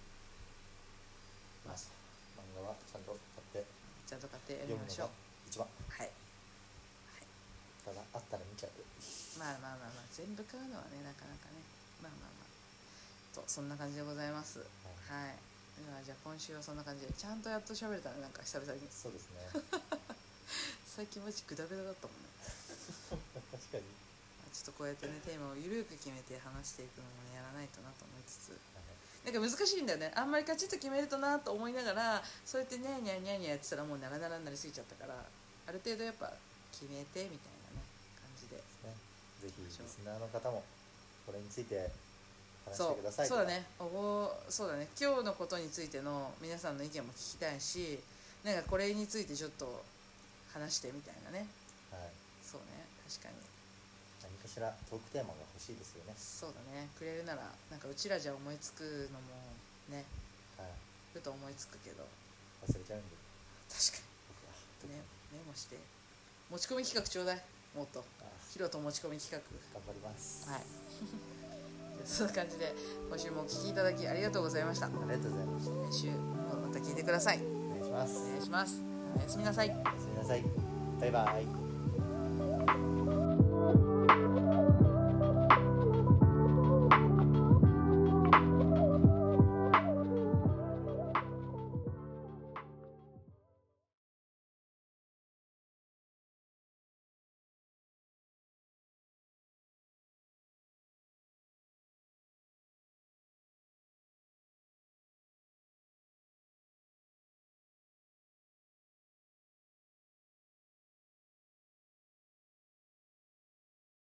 Speaker 2: まあ、漫画はちゃんと買って
Speaker 1: ちゃんと買ってやりましょう。
Speaker 2: 一番
Speaker 1: はい、はい、
Speaker 2: ただあったら見ちゃう。
Speaker 1: まあまあまあまあ全部買うのはねなかなかね、まあまあまあとそんな感じでございます。はい、はい、じゃあ今週はそんな感じでちゃんとやっと喋れたね、なんか久々に。
Speaker 2: そうですね
Speaker 1: 最近マジグダグダだったもんね
Speaker 2: 確かに
Speaker 1: ちょっとこうやってねテーマをゆるく決めて話していくのもねやらないとなと思いつつ、なんか難しいんだよね。あんまりカチッと決めるとなと思いながら、そうやってニャーニャーニャーニャーやってたらもうならならになりすぎちゃったから、ある程度やっぱ決めてみたいなね感じで、ね、
Speaker 2: ぜひリスナーの方もこれについて話してください。
Speaker 1: そうそうだね、おごそうだね、今日のことについての皆さんの意見も聞きたいし、なんかこれについてちょっと話してみたいなね。はい、そうね、確かに
Speaker 2: 何かしらトークテーマが欲しいですよね。そう
Speaker 1: だね、くれるならなんかうちらじゃ思いつくのもね、はい、ふと思いつくけど
Speaker 2: 忘れちゃうんで。確か
Speaker 1: にね、メモして持ち込み企画ちょうだい。もっとヒロと持ち込み企画
Speaker 2: 頑張ります。
Speaker 1: はいそんな感じで今週もお聞きいただきありがとうございました。あ
Speaker 2: りがとうございました。
Speaker 1: 来週もまた聞いてください。
Speaker 2: お願いします。
Speaker 1: お願いします。おやすみなさい。
Speaker 2: おやすみなさい。バイバイ。